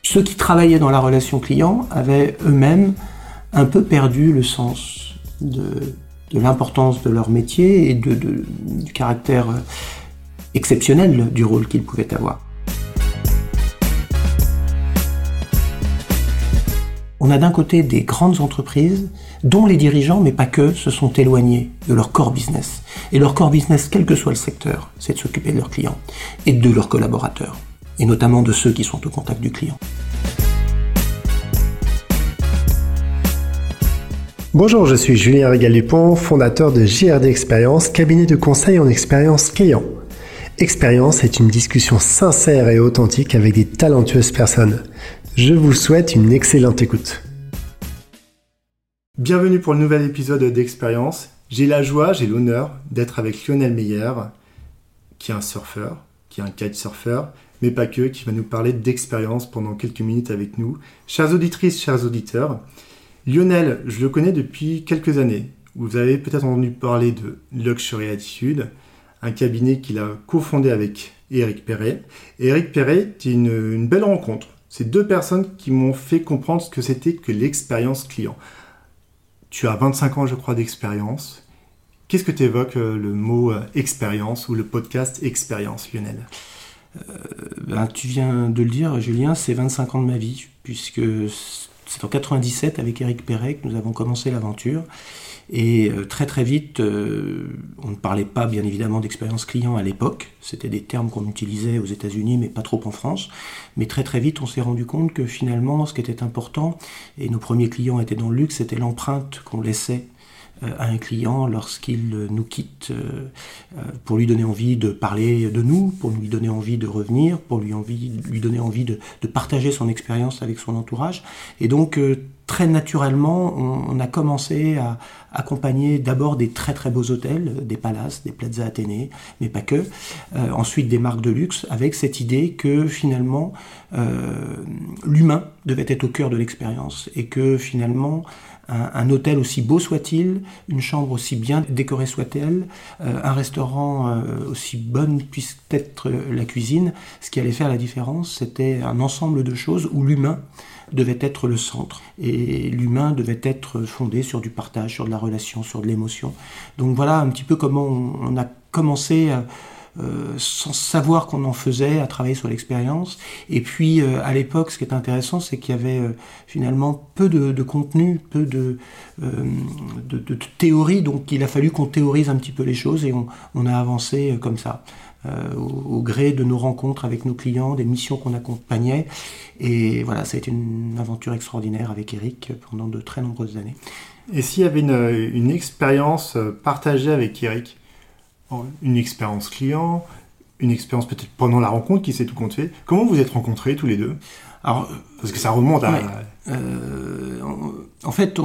ceux qui travaillaient dans la relation client avaient eux-mêmes un peu perdu le sens de l'importance de leur métier et du caractère exceptionnel du rôle qu'ils pouvaient avoir. On a d'un côté des grandes entreprises dont les dirigeants, mais pas que, se sont éloignés de leur core business. Et leur core business, quel que soit le secteur, c'est de s'occuper de leurs clients et de leurs collaborateurs, et notamment de ceux qui sont au contact du client. Bonjour, je suis Julien Régal-Dupont, fondateur de JRD Expérience, cabinet de conseil en expérience client. Expérience est une discussion sincère et authentique avec des talentueuses personnes. Je vous souhaite une excellente écoute. Bienvenue pour le nouvel épisode d'Expérience. J'ai la joie, j'ai l'honneur d'être avec Lionel Meyer, qui est un surfeur, qui est un kitesurfer, mais pas que, qui va nous parler d'expérience pendant quelques minutes avec nous. Chères auditrices, chers auditeurs, Lionel, je le connais depuis quelques années. Vous avez peut-être entendu parler de Luxury Attitude, un cabinet qu'il a cofondé avec Éric Perret. Et Éric Perret, c'est une belle rencontre. C'est deux personnes qui m'ont fait comprendre ce que c'était que l'expérience client. Tu as 25 ans, je crois, d'expérience. Qu'est-ce que tu évoques le mot expérience ou le podcast expérience, Lionel ? Tu viens de le dire, Julien, c'est 25 ans de ma vie, puisque c'est en 97 avec Éric Perret que nous avons commencé l'aventure. Et très très vite, on ne parlait pas bien évidemment d'expérience client à l'époque. C'était des termes qu'on utilisait aux États-Unis, mais pas trop en France. Mais très très vite, on s'est rendu compte que finalement, ce qui était important, et nos premiers clients étaient dans le luxe, c'était l'empreinte qu'on laissait à un client lorsqu'il nous quitte, pour lui donner envie de parler de nous, pour lui donner envie de revenir, pour lui donner envie de partager son expérience avec son entourage. Et donc, très naturellement, on a commencé à accompagner d'abord des très très beaux hôtels, des palaces, des Plaza Athénée, mais pas que. Ensuite, des marques de luxe, avec cette idée que finalement, l'humain devait être au cœur de l'expérience et que finalement, un hôtel aussi beau soit-il, une chambre aussi bien décorée soit-elle, un restaurant aussi bonne puisse être la cuisine, ce qui allait faire la différence, c'était un ensemble de choses où l'humain devait être le centre. Et l'humain devait être fondé sur du partage, sur de la relation, sur de l'émotion. Donc voilà un petit peu comment on a commencé sans savoir qu'on en faisait, à travailler sur l'expérience. Et puis, à l'époque, ce qui est intéressant, c'est qu'il y avait finalement peu de contenu, peu de théorie. Donc, il a fallu qu'on théorise un petit peu les choses et on a avancé comme ça, au gré de nos rencontres avec nos clients, des missions qu'on accompagnait. Et voilà, ça a été une aventure extraordinaire avec Éric pendant de très nombreuses années. Et s'il y avait une expérience partagée avec Éric, une expérience client, une expérience peut-être pendant la rencontre, qui sait tout compte fait. Comment vous êtes rencontrés tous les deux ? Alors, parce que ça remonte à... Ouais. En fait,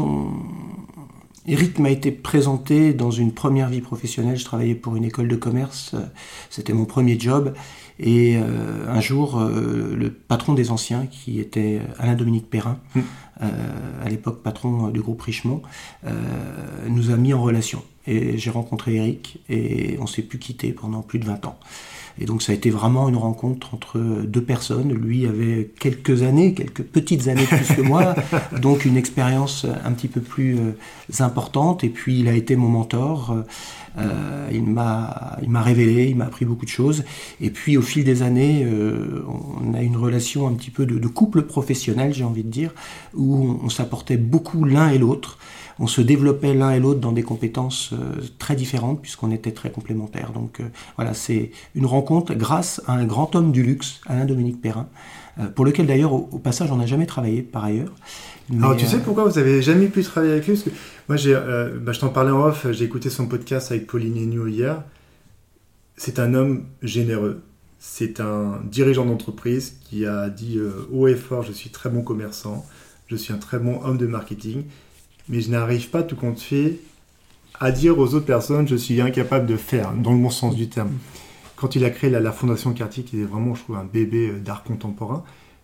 Éric m'a été présenté dans une première vie professionnelle. Je travaillais pour une école de commerce. C'était mon premier job. Et un jour, le patron des anciens, qui était Alain-Dominique Perrin, à l'époque patron du groupe Richemont, nous a mis en relation. Et j'ai rencontré Éric et on ne s'est plus quitté pendant plus de 20 ans. Et donc ça a été vraiment une rencontre entre deux personnes. Lui avait quelques petites années de plus que moi, donc une expérience un petit peu plus importante. Et puis il a été mon mentor. Il m'a révélé, il m'a appris beaucoup de choses. Et puis au fil des années, on a une relation un petit peu de couple professionnel, j'ai envie de dire, où on s'apportait beaucoup l'un et l'autre. On se développait l'un et l'autre dans des compétences très différentes puisqu'on était très complémentaires. Donc voilà, c'est une rencontre grâce à un grand homme du luxe, Alain-Dominique Perrin, pour lequel d'ailleurs au passage on n'a jamais travaillé par ailleurs. Mais alors tu sais pourquoi vous avez jamais pu travailler avec lui ? Parce que moi je t'en parlais en off, j'ai écouté son podcast avec Pauline Agneau hier. C'est un homme généreux. C'est un dirigeant d'entreprise qui a dit haut et fort, je suis très bon commerçant, je suis un très bon homme de marketing. Mais je n'arrive pas, tout compte fait, à dire aux autres personnes je suis incapable de faire, dans le bon sens du terme. Quand il a créé la Fondation Cartier, qui est vraiment, je trouve, un bébé d'art contemporain,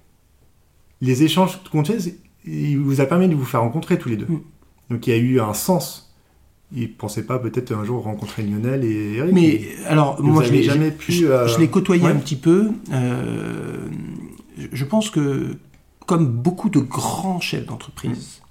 les échanges, tout compte fait, il vous a permis de vous faire rencontrer tous les deux. Donc il y a eu un sens. Il ne pensait pas peut-être un jour rencontrer Lionel et Éric. Mais alors, moi, je l'ai côtoyé un petit peu. Je pense que comme beaucoup de grands chefs d'entreprise,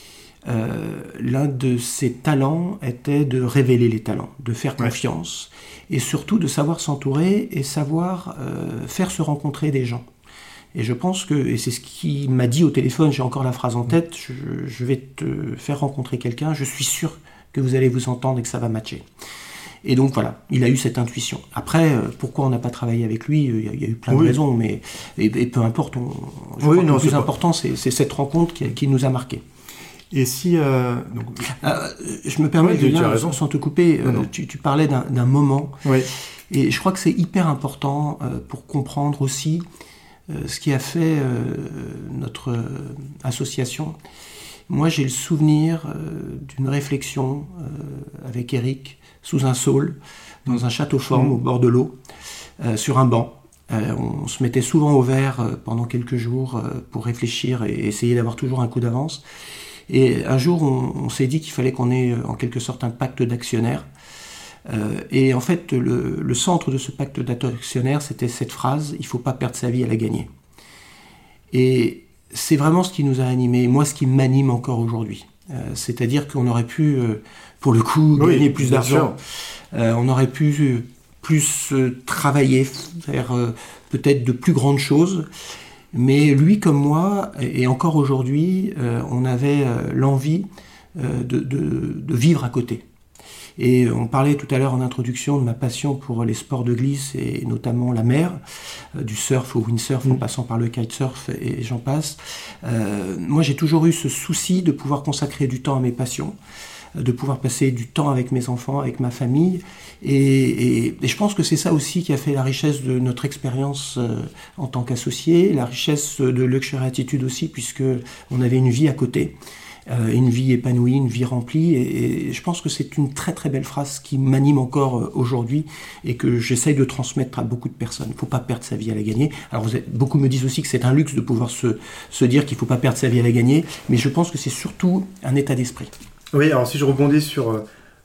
l'un de ses talents était de révéler les talents, de faire confiance, et surtout de savoir s'entourer et savoir faire se rencontrer des gens. Et je pense que, et c'est ce qu'il m'a dit au téléphone, j'ai encore la phrase en tête, je vais te faire rencontrer quelqu'un, je suis sûr que vous allez vous entendre et que ça va matcher. Et donc voilà, il a eu cette intuition. Après, pourquoi on n'a pas travaillé avec lui, il y a eu plein de raisons, mais et peu importe, je crois que le plus important, c'est cette rencontre qui nous a marqués. Et si... je me permets de dire, sans te couper, tu parlais d'un moment, et je crois que c'est hyper important pour comprendre aussi ce qui a fait notre association. Moi, j'ai le souvenir d'une réflexion avec Eric, sous un saule, dans un château forme au bord de l'eau, sur un banc. On se mettait souvent au vert pendant quelques jours pour réfléchir et essayer d'avoir toujours un coup d'avance. Et un jour, on s'est dit qu'il fallait qu'on ait en quelque sorte un pacte d'actionnaires. Et en fait, le centre de ce pacte d'actionnaires, c'était cette phrase « il ne faut pas perdre sa vie à la gagner ». Et c'est vraiment ce qui nous a animés, moi ce qui m'anime encore aujourd'hui. C'est-à-dire qu'on aurait pu, pour le coup, gagner plus d'argent. On aurait pu plus travailler, faire peut-être de plus grandes choses. Mais lui comme moi, et encore aujourd'hui, on avait l'envie de vivre à côté. Et on parlait tout à l'heure en introduction de ma passion pour les sports de glisse et notamment la mer, du surf au windsurf en passant par le kitesurf et j'en passe. Moi j'ai toujours eu ce souci de pouvoir consacrer du temps à mes passions, de pouvoir passer du temps avec mes enfants, avec ma famille. Et je pense que c'est ça aussi qui a fait la richesse de notre expérience en tant qu'associé, la richesse de Luxury Attitude aussi, puisque on avait une vie à côté. Une vie épanouie, une vie remplie, et je pense que c'est une très très belle phrase qui m'anime encore aujourd'hui et que j'essaye de transmettre à beaucoup de personnes. Il ne faut pas perdre sa vie à la gagner. Alors beaucoup me disent aussi que c'est un luxe de pouvoir se dire qu'il ne faut pas perdre sa vie à la gagner, mais je pense que c'est surtout un état d'esprit. Oui, alors si je rebondis sur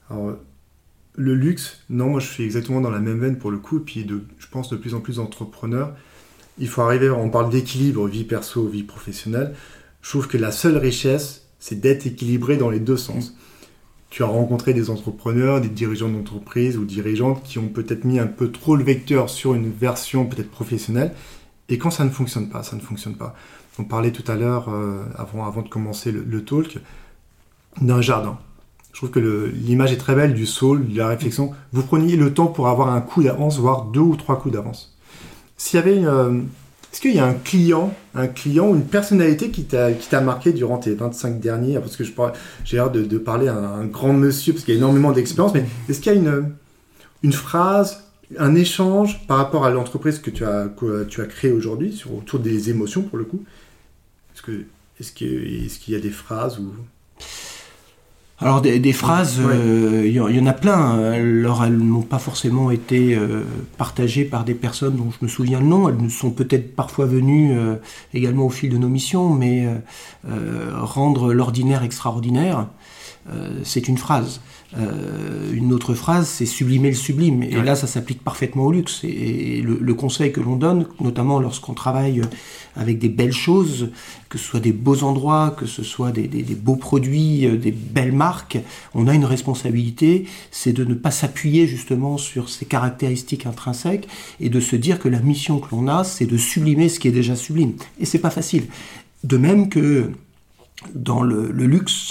le luxe, non, moi je suis exactement dans la même veine pour le coup, et puis je pense de plus en plus d'entrepreneurs, il faut arriver, on parle d'équilibre, vie perso, vie professionnelle, je trouve que la seule richesse, c'est d'être équilibré dans les deux sens. Tu as rencontré des entrepreneurs, des dirigeants d'entreprise ou dirigeantes qui ont peut-être mis un peu trop le vecteur sur une version peut-être professionnelle, et quand ça ne fonctionne pas, ça ne fonctionne pas. On parlait tout à l'heure, avant de commencer le talk, d'un jardin. Je trouve que l'image est très belle du saule, de la réflexion. Vous preniez le temps pour avoir un coup d'avance, voire 2 ou 3 coups d'avance. S'il y avait est-ce qu'il y a un client ou une personnalité qui t'a marqué durant tes 25 derniers, parce que j'ai hâte de parler à un grand monsieur, parce qu'il y a énormément d'expérience, mais est-ce qu'il y a une phrase, un échange par rapport à l'entreprise que tu as créée aujourd'hui, autour des émotions pour le coup? Est-ce qu'il y a des phrases ou... Alors des phrases, il y en a plein. Alors elles n'ont pas forcément été partagées par des personnes dont je me souviens le nom. Elles nous sont peut-être parfois venues également au fil de nos missions, mais rendre l'ordinaire extraordinaire, c'est une phrase. Une autre phrase, c'est sublimer le sublime. Et là, ça s'applique parfaitement au luxe. Et le conseil que l'on donne, notamment lorsqu'on travaille avec des belles choses, que ce soit des beaux endroits, que ce soit des beaux produits, des belles marques, on a une responsabilité, c'est de ne pas s'appuyer justement sur ces caractéristiques intrinsèques et de se dire que la mission que l'on a, c'est de sublimer ce qui est déjà sublime. Et c'est pas facile. De même que dans le luxe,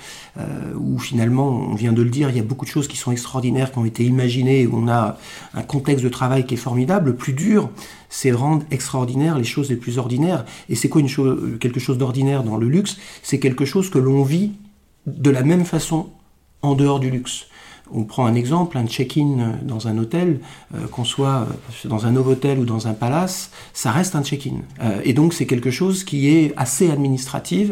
où finalement, on vient de le dire, il y a beaucoup de choses qui sont extraordinaires, qui ont été imaginées, où on a un contexte de travail qui est formidable. Le plus dur, c'est de rendre extraordinaire les choses les plus ordinaires. Et c'est quoi quelque chose d'ordinaire dans le luxe? C'est quelque chose que l'on vit de la même façon en dehors du luxe. On prend un exemple, un check-in dans un hôtel, qu'on soit dans un Novotel ou dans un palace, ça reste un check-in. Et donc c'est quelque chose qui est assez administratif.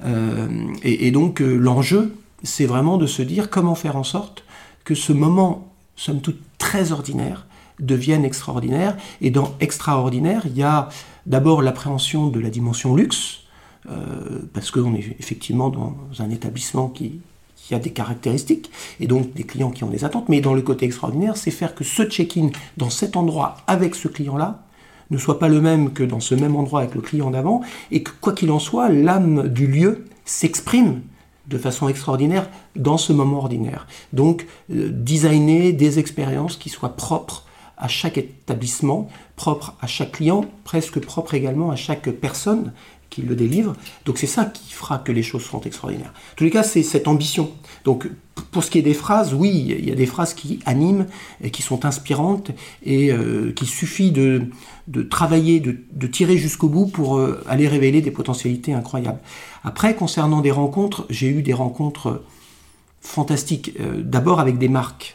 Et donc l'enjeu, c'est vraiment de se dire comment faire en sorte que ce moment, somme toute très ordinaire, devienne extraordinaire. Et dans extraordinaire, il y a d'abord l'appréhension de la dimension luxe, parce qu'on est effectivement dans un établissement qui a des caractéristiques, et donc des clients qui ont des attentes, mais dans le côté extraordinaire, c'est faire que ce check-in dans cet endroit avec ce client-là ne soit pas le même que dans ce même endroit avec le client d'avant, et que quoi qu'il en soit, l'âme du lieu s'exprime de façon extraordinaire dans ce moment ordinaire. Donc, designer des expériences qui soient propres à chaque établissement, propres à chaque client, presque propres également à chaque personne qui le délivre. Donc c'est ça qui fera que les choses seront extraordinaires. En tous les cas, c'est cette ambition. Donc pour ce qui est des phrases, oui, il y a des phrases qui animent et qui sont inspirantes et qu'il suffit de travailler, de tirer jusqu'au bout pour aller révéler des potentialités incroyables. Après, concernant des rencontres, j'ai eu des rencontres fantastiques. D'abord avec des marques.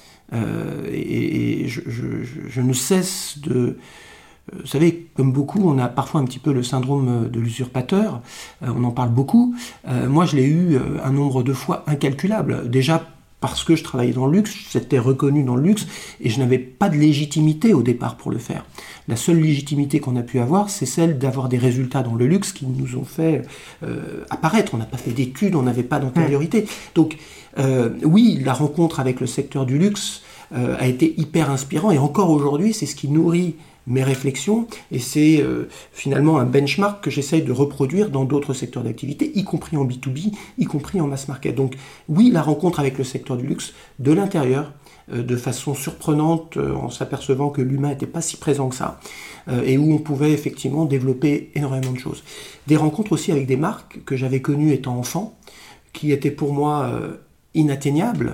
Et je ne cesse de... Vous savez, comme beaucoup, on a parfois un petit peu le syndrome de l'usurpateur, on en parle beaucoup. Moi, je l'ai eu un nombre de fois incalculable. Déjà parce que je travaillais dans le luxe, j'étais reconnu dans le luxe, et je n'avais pas de légitimité au départ pour le faire. La seule légitimité qu'on a pu avoir, c'est celle d'avoir des résultats dans le luxe qui nous ont fait apparaître. On n'a pas fait d'études, on n'avait pas d'antériorité. Donc, oui, la rencontre avec le secteur du luxe a été hyper inspirant, et encore aujourd'hui, c'est ce qui nourrit mes réflexions, et c'est finalement un benchmark que j'essaye de reproduire dans d'autres secteurs d'activité, y compris en B2B, y compris en mass market. Donc oui, la rencontre avec le secteur du luxe, de l'intérieur, de façon surprenante, en s'apercevant que l'humain n'était pas si présent que ça, et où on pouvait effectivement développer énormément de choses. Des rencontres aussi avec des marques que j'avais connues étant enfant, qui étaient pour moi inatteignables.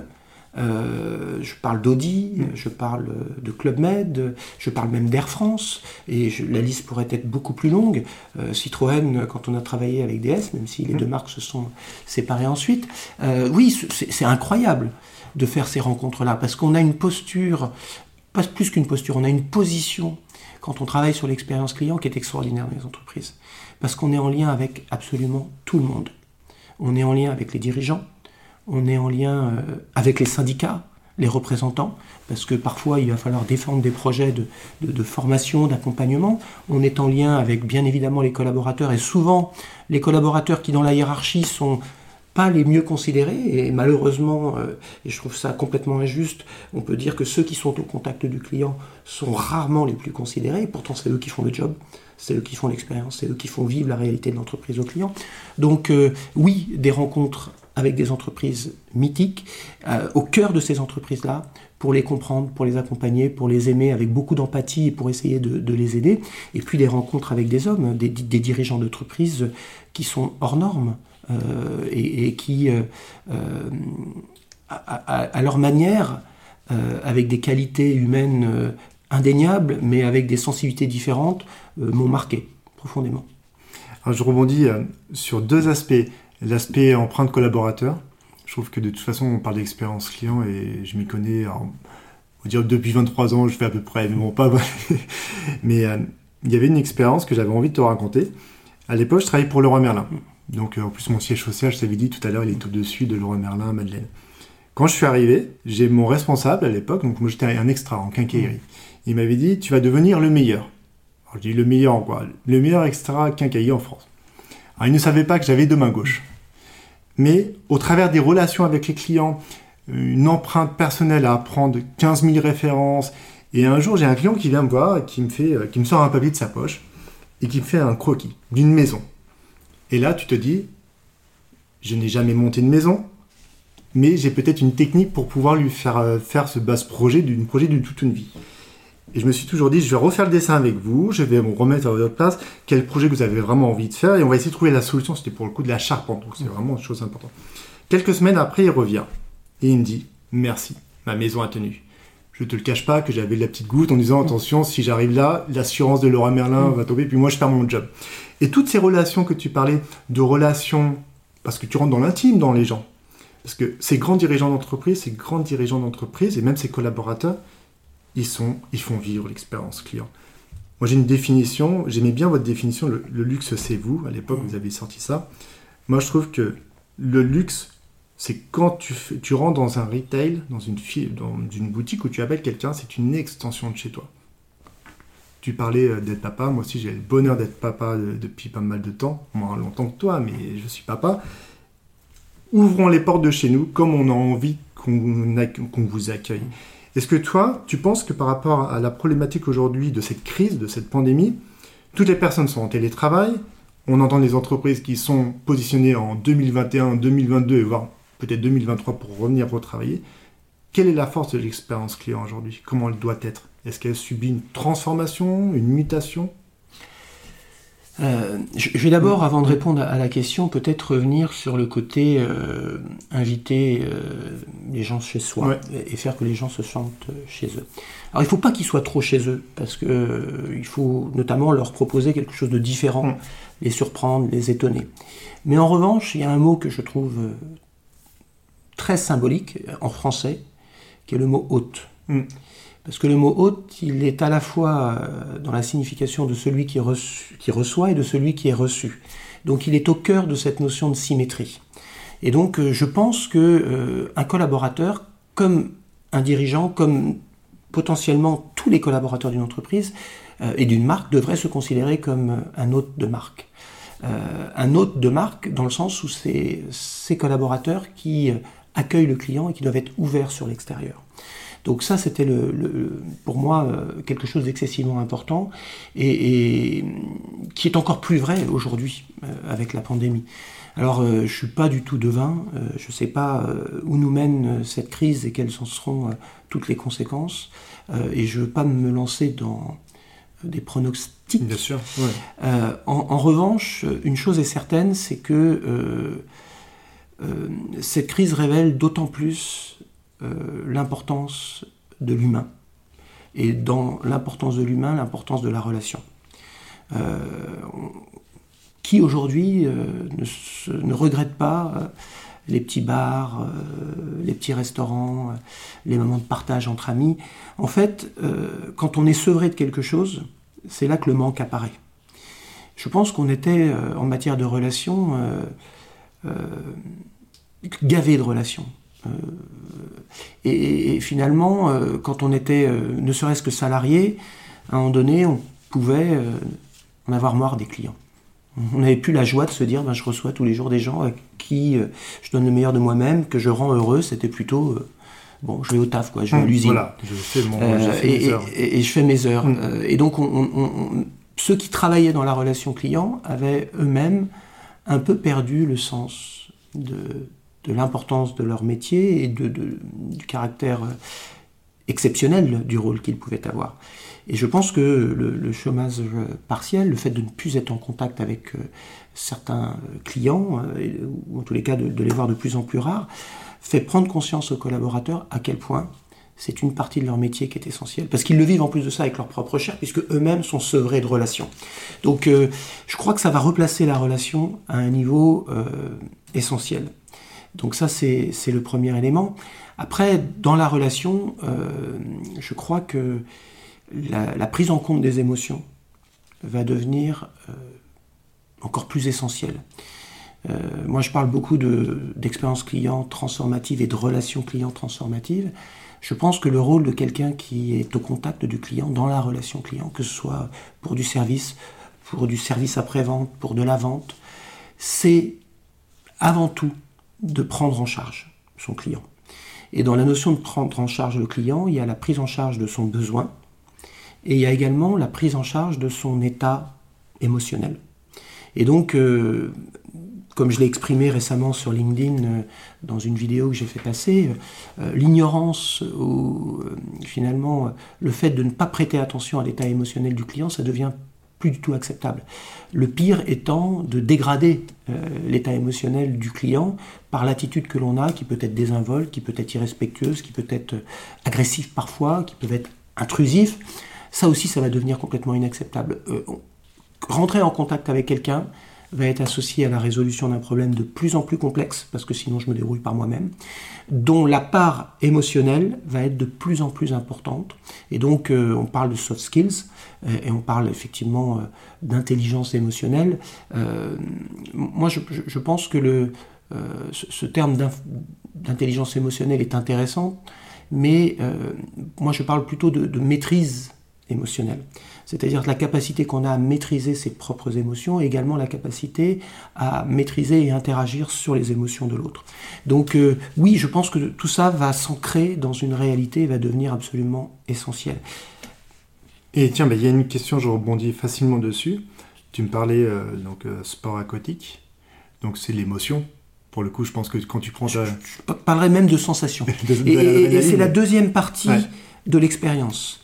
Je parle d'Audi, je parle de Club Med, je parle même d'Air France, et la liste pourrait être beaucoup plus longue. Citroën, quand on a travaillé avec DS, même si les deux marques se sont séparées ensuite. Oui, c'est incroyable de faire ces rencontres-là, parce qu'on a une posture, pas plus qu'une posture, on a une position quand on travaille sur l'expérience client qui est extraordinaire dans les entreprises. Parce qu'on est en lien avec absolument tout le monde. On est en lien avec les dirigeants, on est en lien avec les syndicats, les représentants, parce que parfois il va falloir défendre des projets de formation, d'accompagnement. On est en lien avec bien évidemment les collaborateurs, et souvent les collaborateurs qui dans la hiérarchie sont pas les mieux considérés, et malheureusement, et je trouve ça complètement injuste, on peut dire que ceux qui sont au contact du client sont rarement les plus considérés, et pourtant c'est eux qui font le job, c'est eux qui font l'expérience, c'est eux qui font vivre la réalité de l'entreprise au client. Donc oui, des rencontres avec des entreprises mythiques, au cœur de ces entreprises-là, pour les comprendre, pour les accompagner, pour les aimer avec beaucoup d'empathie et pour essayer de les aider. Et puis des rencontres avec des hommes, des dirigeants d'entreprises qui sont hors normes et qui, à leur manière, avec des qualités humaines indéniables, mais avec des sensibilités différentes, m'ont marqué profondément. Alors, je rebondis sur deux aspects. L'aspect empreinte collaborateur, je trouve que de toute façon on parle d'expérience client et je m'y connais, alors, on va dire depuis 23 ans je fais à peu près, mais bon pas, mais il y avait une expérience que j'avais envie de te raconter. À l'époque je travaillais pour Leroy Merlin, donc en plus mon siège social, je t'avais dit tout à l'heure, il est tout au-dessus de Leroy Merlin à Madeleine. Quand je suis arrivé, j'ai mon responsable à l'époque, donc moi j'étais un extra en quincaillerie, il m'avait dit tu vas devenir le meilleur. Alors je dis le meilleur en quoi? Le meilleur extra quincailler en France. Alors, il ne savait pas que j'avais deux mains gauches. Mais au travers des relations avec les clients, une empreinte personnelle à apprendre, 15 000 références, et un jour j'ai un client qui vient me voir et qui me sort un papier de sa poche et qui me fait un croquis d'une maison. Et là tu te dis, je n'ai jamais monté une maison, mais j'ai peut-être une technique pour pouvoir lui faire ce projet d'une toute une vie. Et je me suis toujours dit, je vais refaire le dessin avec vous, je vais me remettre à votre place, quel projet que vous avez vraiment envie de faire, et on va essayer de trouver la solution. C'était pour le coup de la charpente, donc c'est vraiment une chose importante. Quelques semaines après, il revient, et il me dit, merci, ma maison a tenu. Je ne te le cache pas que j'avais de la petite goutte en disant, attention, si j'arrive là, l'assurance de Leroy Merlin va tomber, puis moi je perds mon job. Et toutes ces relations que tu parlais, de relations, parce que tu rentres dans l'intime dans les gens, parce que ces grands dirigeants d'entreprise, et même ces collaborateurs, ils font vivre l'expérience client. Moi, j'ai une définition, j'aimais bien votre définition, le luxe, c'est vous. À l'époque, vous avez sorti ça. Moi, je trouve que le luxe, c'est quand tu rentres dans un retail, dans une boutique où tu appelles quelqu'un, c'est une extension de chez toi. Tu parlais d'être papa, moi aussi, j'ai le bonheur d'être papa depuis pas mal de temps, moins longtemps que toi, mais je suis papa. Ouvrons les portes de chez nous comme on a envie qu'on vous accueille. Est-ce que toi, tu penses que par rapport à la problématique aujourd'hui de cette crise, de cette pandémie, toutes les personnes sont en télétravail, on entend les entreprises qui sont positionnées en 2021, 2022, voire peut-être 2023 pour revenir retravailler. Quelle est la force de l'expérience client aujourd'hui? Comment elle doit être? Est-ce qu'elle subit une transformation, une mutation? Je vais d'abord, avant de répondre à la question, peut-être revenir sur le côté inviter les gens chez soi et faire que les gens se sentent chez eux. Alors il ne faut pas qu'ils soient trop chez eux, parce qu'il faut notamment leur proposer quelque chose de différent, les surprendre, les étonner. Mais en revanche, il y a un mot que je trouve très symbolique en français, qui est le mot hôte. Parce que le mot hôte, il est à la fois dans la signification de celui qui reçoit et de celui qui est reçu. Donc il est au cœur de cette notion de symétrie. Et donc je pense qu'un collaborateur, comme un dirigeant, comme potentiellement tous les collaborateurs d'une entreprise et d'une marque, devrait se considérer comme un hôte de marque. Un hôte de marque dans le sens où c'est ces collaborateurs qui accueillent le client et qui doivent être ouverts sur l'extérieur. Donc ça, c'était pour moi quelque chose d'excessivement important et qui est encore plus vrai aujourd'hui avec la pandémie. Alors, je ne suis pas du tout devin, je ne sais pas où nous mène cette crise et quelles en seront toutes les conséquences, et je ne veux pas me lancer dans des pronostics. Bien sûr, ouais. En revanche, une chose est certaine, c'est que cette crise révèle d'autant plus l'importance de l'humain. Et dans l'importance de l'humain, l'importance de la relation. Qui aujourd'hui ne regrette pas les petits bars, les petits restaurants, les moments de partage entre amis. En fait, quand on est sevré de quelque chose, c'est là que le manque apparaît. Je pense qu'on était, en matière de relations, gavé de relations. Et finalement, quand on était ne serait-ce que salarié, à un moment donné, on pouvait en avoir marre des clients. On n'avait plus la joie de se dire je reçois tous les jours des gens à qui je donne le meilleur de moi-même, que je rends heureux. C'était plutôt je vais au taf, je vais à l'usine. Voilà, je fais mes heures. Et je fais mes heures. Et donc, ceux qui travaillaient dans la relation client avaient eux-mêmes un peu perdu le sens de l'importance de leur métier et du caractère exceptionnel du rôle qu'ils pouvaient avoir. Et je pense que le chômage partiel, le fait de ne plus être en contact avec certains clients, ou en tous les cas de les voir de plus en plus rares, fait prendre conscience aux collaborateurs à quel point c'est une partie de leur métier qui est essentielle. Parce qu'ils le vivent en plus de ça avec leur propre chair, puisque eux-mêmes sont sevrés de relations. Donc je crois que ça va replacer la relation à un niveau essentiel. Donc ça, c'est le premier élément. Après, dans la relation, je crois que la prise en compte des émotions va devenir encore plus essentielle. Moi, je parle beaucoup d'expérience client transformative et de relations client transformative. Je pense que le rôle de quelqu'un qui est au contact du client, dans la relation client, que ce soit pour du service après-vente, pour de la vente, c'est avant tout de prendre en charge son client. Et dans la notion de prendre en charge le client, il y a la prise en charge de son besoin et il y a également la prise en charge de son état émotionnel. Et donc, comme je l'ai exprimé récemment sur LinkedIn dans une vidéo que j'ai fait passer, l'ignorance ou finalement le fait de ne pas prêter attention à l'état émotionnel du client, ça devient plus du tout acceptable. Le pire étant de dégrader l'état émotionnel du client par l'attitude que l'on a, qui peut être désinvolte, qui peut être irrespectueuse, qui peut être agressive parfois, qui peut être intrusif. Ça aussi, ça va devenir complètement inacceptable. Rentrer en contact avec quelqu'un va être associé à la résolution d'un problème de plus en plus complexe, parce que sinon je me débrouille par moi-même, dont la part émotionnelle va être de plus en plus importante. Et donc on parle de soft skills, et on parle effectivement d'intelligence émotionnelle. Moi je pense que ce terme d'intelligence émotionnelle est intéressant, mais moi je parle plutôt de maîtrise émotionnelle. C'est-à-dire la capacité qu'on a à maîtriser ses propres émotions et également la capacité à maîtriser et interagir sur les émotions de l'autre. Donc oui, je pense que tout ça va s'ancrer dans une réalité et va devenir absolument essentiel. Et tiens, il y a une question, je rebondis facilement dessus. Tu me parlais sport aquatique, donc c'est l'émotion. Pour le coup, je pense que quand tu prends... Je parlerai même de sensation. Et c'est la deuxième partie de l'expérience.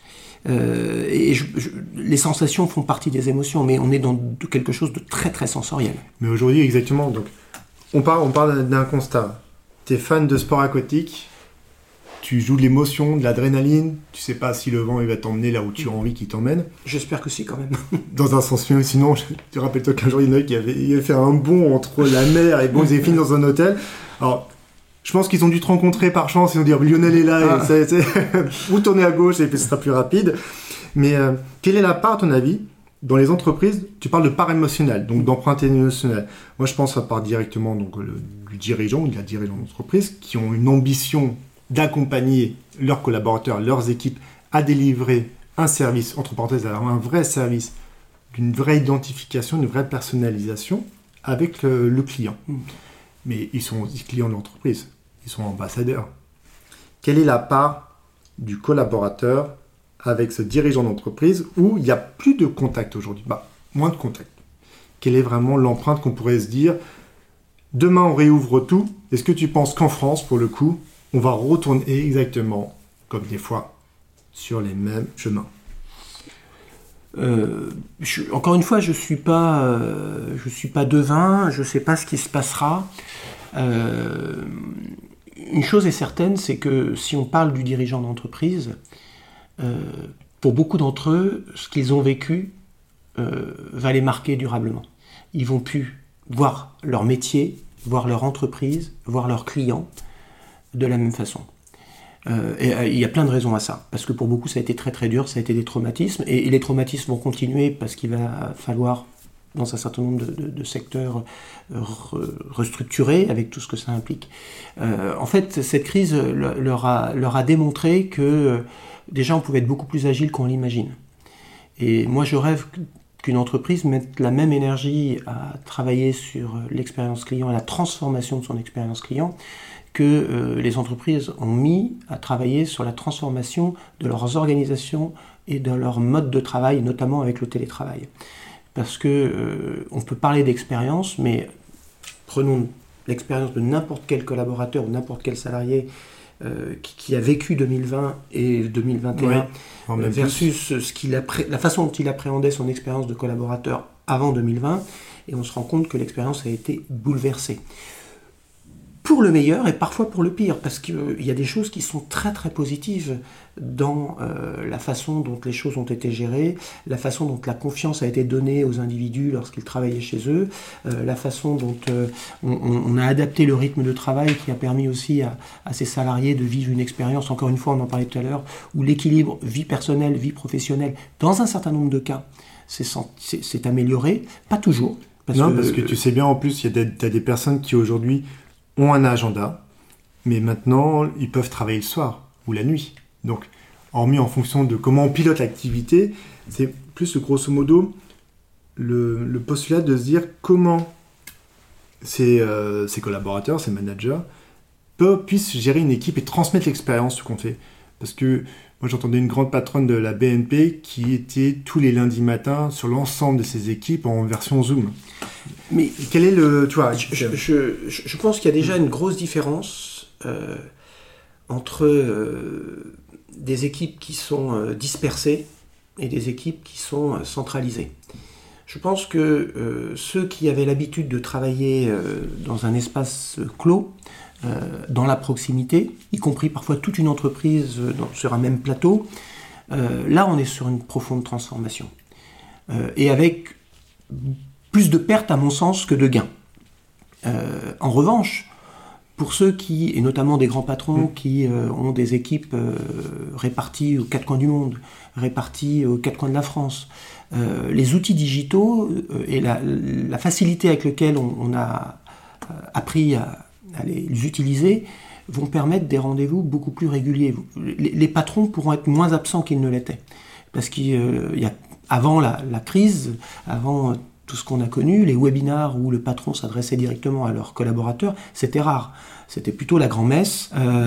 Les sensations font partie des émotions, mais on est dans quelque chose de très très sensoriel. Mais aujourd'hui, exactement. Donc, on parle d'un constat. Tu es fan de sport aquatique, tu joues de l'émotion, de l'adrénaline, tu sais pas si le vent il va t'emmener là où tu as envie qu'il t'emmène. J'espère que si, quand même. Dans un sens mieux, sinon, tu rappelles-toi qu'un jour, il y en a qui avait fait un bond entre la mer et bon, ils avaient fini dans un hôtel. Alors, je pense qu'ils ont dû te rencontrer par chance, ils ont dit Lionel est là, et vous tournez à gauche et puis ce sera plus rapide. Mais quelle est la part, à ton avis, dans les entreprises? Tu parles de part émotionnelle, donc d'empreinte émotionnelle. Moi, je pense à part directement du dirigeant ou de la dirigeante d'entreprise qui ont une ambition d'accompagner leurs collaborateurs, leurs équipes à délivrer un service, entre parenthèses, alors un vrai service, d'une vraie identification, une vraie personnalisation avec le client. Mais ils sont aussi clients de l'entreprise, ils sont ambassadeurs. Quelle est la part du collaborateur avec ce dirigeant d'entreprise où il n'y a plus de contact aujourd'hui? Moins de contact. Quelle est vraiment l'empreinte qu'on pourrait se dire, demain on réouvre tout, est-ce que tu penses qu'en France, pour le coup, on va retourner exactement, comme des fois, sur les mêmes chemins? Encore une fois, je suis pas devin, je sais pas ce qui se passera. Une chose est certaine, c'est que si on parle du dirigeant d'entreprise, pour beaucoup d'entre eux, ce qu'ils ont vécu va les marquer durablement. Ils vont plus voir leur métier, voir leur entreprise, voir leurs clients de la même façon. Et il y a plein de raisons à ça, parce que pour beaucoup ça a été très très dur, ça a été des traumatismes, et les traumatismes vont continuer parce qu'il va falloir, dans un certain nombre de secteurs, restructurer avec tout ce que ça implique. En fait, cette crise leur a démontré que déjà on pouvait être beaucoup plus agile qu'on l'imagine. Et moi je rêve qu'une entreprise mette la même énergie à travailler sur l'expérience client, à la transformation de son expérience client, que les entreprises ont mis à travailler sur la transformation de leurs organisations et de leur mode de travail, notamment avec le télétravail. Parce que on peut parler d'expérience, mais prenons l'expérience de n'importe quel collaborateur ou n'importe quel salarié qui a vécu 2020 et 2021 versus la façon dont il appréhendait son expérience de collaborateur avant 2020, et on se rend compte que l'expérience a été bouleversée. Pour le meilleur et parfois pour le pire, parce qu'il y a des choses qui sont très très positives dans la façon dont les choses ont été gérées, la façon dont la confiance a été donnée aux individus lorsqu'ils travaillaient chez eux, la façon dont on a adapté le rythme de travail qui a permis aussi à ces salariés de vivre une expérience, encore une fois on en parlait tout à l'heure, où l'équilibre vie personnelle, vie professionnelle, dans un certain nombre de cas, c'est amélioré, pas toujours. Parce que tu sais bien en plus, t'as des personnes qui aujourd'hui ont un agenda, mais maintenant, ils peuvent travailler le soir ou la nuit. Donc, hormis en fonction de comment on pilote l'activité, c'est plus grosso modo le postulat de se dire comment ces collaborateurs, ces managers, puissent gérer une équipe et transmettre l'expérience, ce qu'on fait. Parce que moi, j'entendais une grande patronne de la BNP qui était tous les lundis matins sur l'ensemble de ses équipes en version Zoom. Mais quel est le... Tu vois, je pense qu'il y a déjà une grosse différence entre des équipes qui sont dispersées et des équipes qui sont centralisées. Je pense que ceux qui avaient l'habitude de travailler dans un espace clos, dans la proximité, y compris parfois toute une entreprise sur un même plateau, là on est sur une profonde transformation. Et avec plus de pertes à mon sens que de gains. En revanche, pour ceux qui, et notamment des grands patrons qui ont des équipes réparties aux quatre coins du monde, réparties aux quatre coins de la France, les outils digitaux et la facilité avec laquelle on a appris à les utiliser vont permettre des rendez-vous beaucoup plus réguliers. Les patrons pourront être moins absents qu'ils ne l'étaient. Parce avant la crise, avant tout ce qu'on a connu, les webinars où le patron s'adressait directement à leurs collaborateurs, c'était rare. C'était plutôt la grand-messe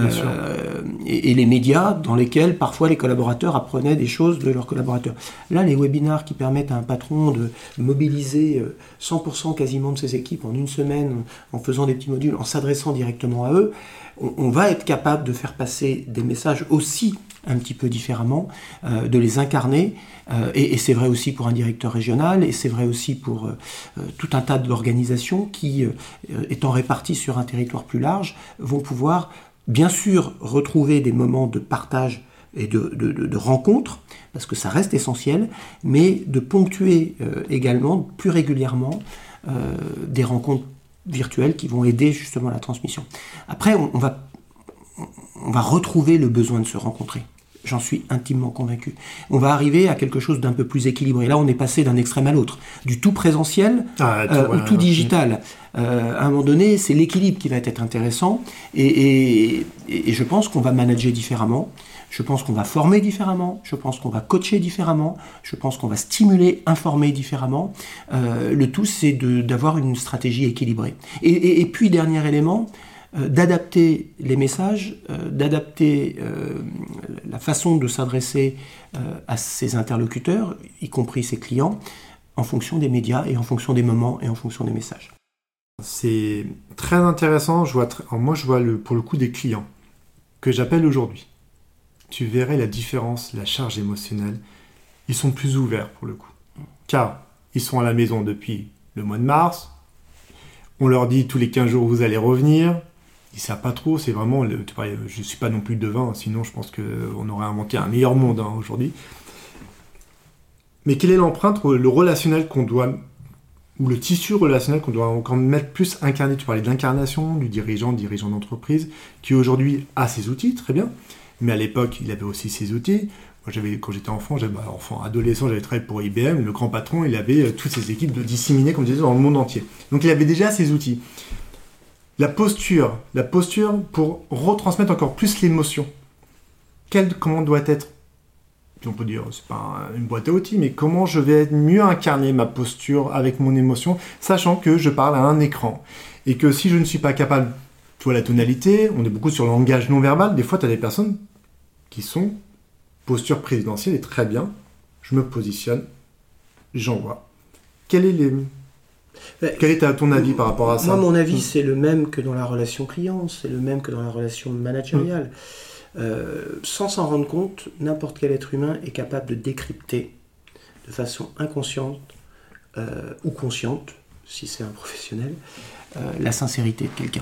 et les médias dans lesquels parfois les collaborateurs apprenaient des choses de leurs collaborateurs. Là, les webinars qui permettent à un patron de mobiliser 100% quasiment de ses équipes en une semaine en faisant des petits modules, en s'adressant directement à eux, on va être capable de faire passer des messages aussi un petit peu différemment, de les incarner, et c'est vrai aussi pour un directeur régional, et c'est vrai aussi pour tout un tas d'organisations qui, étant réparties sur un territoire plus large, vont pouvoir bien sûr retrouver des moments de partage et de rencontres, parce que ça reste essentiel, mais de ponctuer également plus régulièrement des rencontres virtuelles qui vont aider justement à la transmission. Après, on va retrouver le besoin de se rencontrer. J'en suis intimement convaincu. On va arriver à quelque chose d'un peu plus équilibré. Là, on est passé d'un extrême à l'autre. Du tout présentiel au tout digital. À un moment donné, c'est l'équilibre qui va être intéressant. Et je pense qu'on va manager différemment. Je pense qu'on va former différemment. Je pense qu'on va coacher différemment. Je pense qu'on va stimuler, informer différemment. Le tout, c'est d'avoir une stratégie équilibrée. Et puis, dernier élément, d'adapter les messages, d'adapter la façon de s'adresser à ses interlocuteurs, y compris ses clients, en fonction des médias et en fonction des moments et en fonction des messages. C'est très intéressant. Moi, je vois pour le coup des clients que j'appelle aujourd'hui. Tu verrais la différence, la charge émotionnelle. Ils sont plus ouverts pour le coup. Car ils sont à la maison depuis le mois de mars. On leur dit tous les 15 jours, vous allez revenir. Ils ne savent pas trop, c'est vraiment... je ne suis pas non plus devin, sinon je pense qu'on aurait inventé un meilleur monde aujourd'hui. Mais quelle est l'empreinte, le relationnel qu'on doit... ou le tissu relationnel qu'on doit encore mettre plus incarné? Tu parlais de l'incarnation, du dirigeant d'entreprise, qui aujourd'hui a ses outils, très bien. Mais à l'époque, il avait aussi ses outils. Moi, quand j'étais enfant, adolescent, j'avais travaillé pour IBM. Le grand patron, il avait toutes ses équipes disséminées, comme je disais, dans le monde entier. Donc il avait déjà ses outils. La posture pour retransmettre encore plus l'émotion. Comment doit être, on peut dire, c'est pas une boîte à outils, mais comment je vais mieux incarner ma posture avec mon émotion, sachant que je parle à un écran. Et que si je ne suis pas capable, tu vois la tonalité, on est beaucoup sur le langage non verbal, des fois tu as des personnes qui sont posture présidentielle et très bien, je me positionne, j'envoie. Quel est ton avis par rapport à ça? Moi, mon avis, c'est le même que dans la relation client, c'est le même que dans la relation managériale. Sans s'en rendre compte, n'importe quel être humain est capable de décrypter de façon inconsciente ou consciente, si c'est un professionnel, la sincérité de quelqu'un.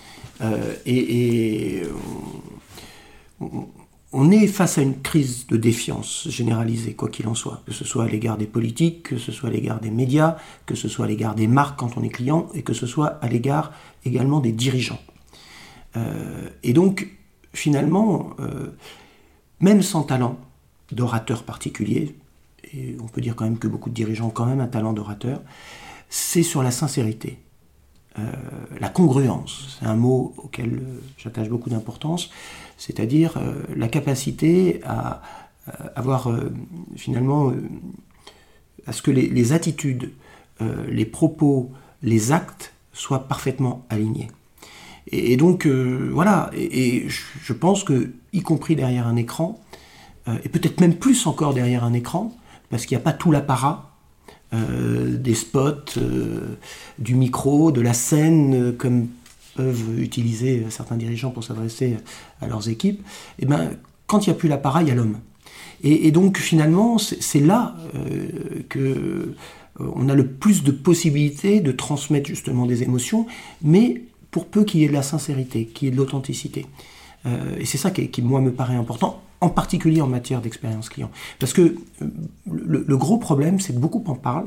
On est face à une crise de défiance généralisée, quoi qu'il en soit, que ce soit à l'égard des politiques, que ce soit à l'égard des médias, que ce soit à l'égard des marques quand on est client, et que ce soit à l'égard également des dirigeants. Et donc, finalement, même sans talent d'orateur particulier, et on peut dire quand même que beaucoup de dirigeants ont quand même un talent d'orateur, c'est sur la sincérité. La congruence, c'est un mot auquel j'attache beaucoup d'importance, c'est-à-dire la capacité à avoir finalement à ce que les attitudes, les propos, les actes soient parfaitement alignés. Et donc voilà, et je pense que, y compris derrière un écran, et peut-être même plus encore derrière un écran, parce qu'il n'y a pas tout l'apparat, des spots, du micro, de la scène, comme peuvent utiliser certains dirigeants pour s'adresser à leurs équipes, et ben, quand il n'y a plus l'apparat, il y a l'homme. Et donc finalement, c'est là qu'on a le plus de possibilités de transmettre justement des émotions, mais pour peu qu'il y ait de la sincérité, qu'il y ait de l'authenticité. Et c'est ça qui, moi, me paraît important, en particulier en matière d'expérience client. Parce que le gros problème, c'est que beaucoup en parlent,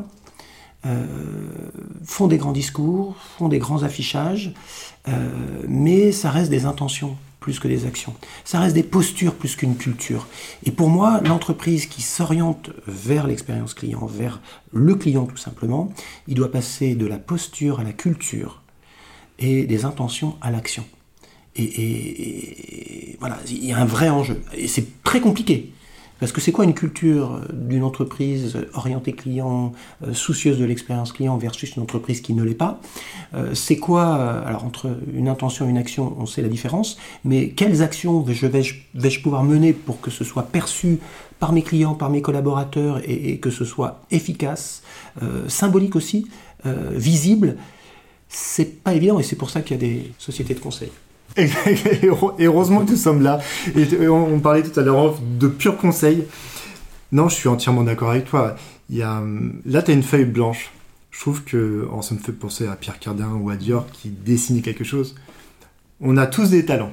font des grands discours, font des grands affichages, mais ça reste des intentions plus que des actions. Ça reste des postures plus qu'une culture. Et pour moi, l'entreprise qui s'oriente vers l'expérience client, vers le client tout simplement, il doit passer de la posture à la culture et des intentions à l'action. Et voilà, il y a un vrai enjeu. Et c'est très compliqué. Parce que c'est quoi une culture d'une entreprise orientée client, soucieuse de l'expérience client versus une entreprise qui ne l'est pas? C'est quoi, alors entre une intention et une action, on sait la différence, mais quelles actions vais-je pouvoir mener pour que ce soit perçu par mes clients, par mes collaborateurs et que ce soit efficace, symbolique aussi, visible? C'est pas évident et c'est pour ça qu'il y a des sociétés de conseil. Et heureusement que nous sommes là. Et on parlait tout à l'heure de pur conseil. Non, je suis entièrement d'accord avec toi. Là, tu as une feuille blanche. Je trouve que, ça me fait penser à Pierre Cardin ou à Dior qui dessinait quelque chose. On a tous des talents.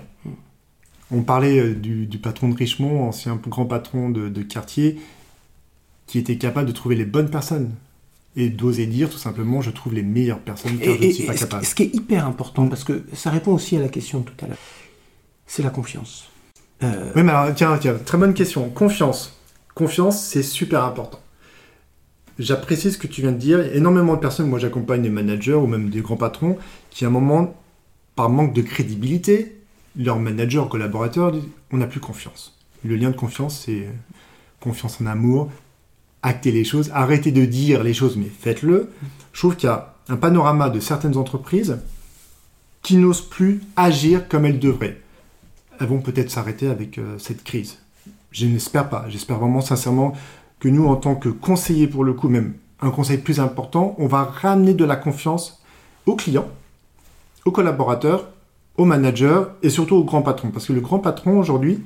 On parlait du patron de Richemont, ancien grand patron de quartier, qui était capable de trouver les bonnes personnes. Et d'oser dire tout simplement, je trouve les meilleures personnes car je ne suis pas capable. Ce qui est hyper important, parce que ça répond aussi à la question de tout à l'heure, c'est la confiance. Oui, mais alors, tiens, très bonne question. Confiance. Confiance, c'est super important. J'apprécie ce que tu viens de dire. Il y a énormément de personnes, moi j'accompagne des managers ou même des grands patrons, qui à un moment, par manque de crédibilité, leurs managers, collaborateurs, disent on n'a plus confiance. Le lien de confiance, c'est confiance en amour. Actez les choses, arrêtez de dire les choses, mais faites-le. Je trouve qu'il y a un panorama de certaines entreprises qui n'osent plus agir comme elles devraient. Elles vont peut-être s'arrêter avec cette crise. Je n'espère pas. J'espère vraiment sincèrement que nous, en tant que conseillers pour le coup, même un conseil plus important, on va ramener de la confiance aux clients, aux collaborateurs, aux managers et surtout aux grands patrons. Parce que le grand patron, aujourd'hui,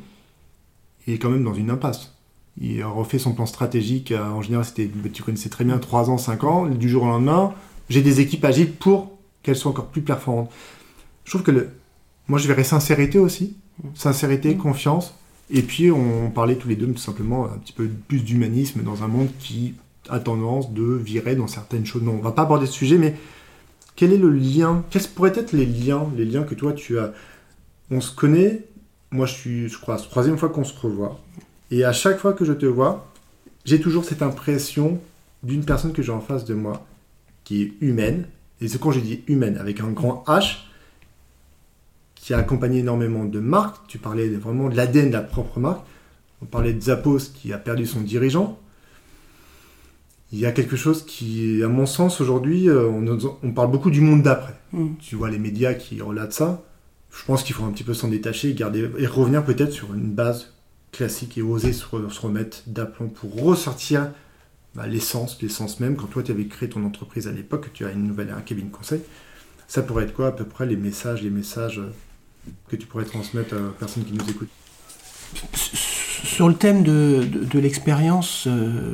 il est quand même dans une impasse. Il a refait son plan stratégique, en général, tu connaissais très bien, 3 ans, 5 ans, du jour au lendemain, j'ai des équipes agiles pour qu'elles soient encore plus performantes. Je trouve que moi, je verrais sincérité aussi, sincérité, confiance, et puis on parlait tous les deux tout simplement un petit peu plus d'humanisme dans un monde qui a tendance de virer dans certaines choses. Non, on ne va pas aborder ce sujet, mais quel est le lien, quels pourraient être les liens que toi tu as? On se connaît, moi je crois, c'est la 3e fois qu'on se revoit. Et à chaque fois que je te vois, j'ai toujours cette impression d'une personne que j'ai en face de moi, qui est humaine, et c'est quand je dis humaine, avec un grand H, qui a accompagné énormément de marques. Tu parlais vraiment de l'ADN de la propre marque. On parlait de Zappos qui a perdu son dirigeant. Il y a quelque chose qui, à mon sens, aujourd'hui, on parle beaucoup du monde d'après. Tu vois les médias qui relatent ça. Je pense qu'il faut un petit peu s'en détacher et revenir peut-être sur une base classique et oser se remettre d'aplomb pour ressortir l'essence même. Quand toi tu avais créé ton entreprise à l'époque, tu as un cabinet de conseil, ça pourrait être quoi à peu près les messages que tu pourrais transmettre aux personnes qui nous écoutent? Sur le thème de l'expérience,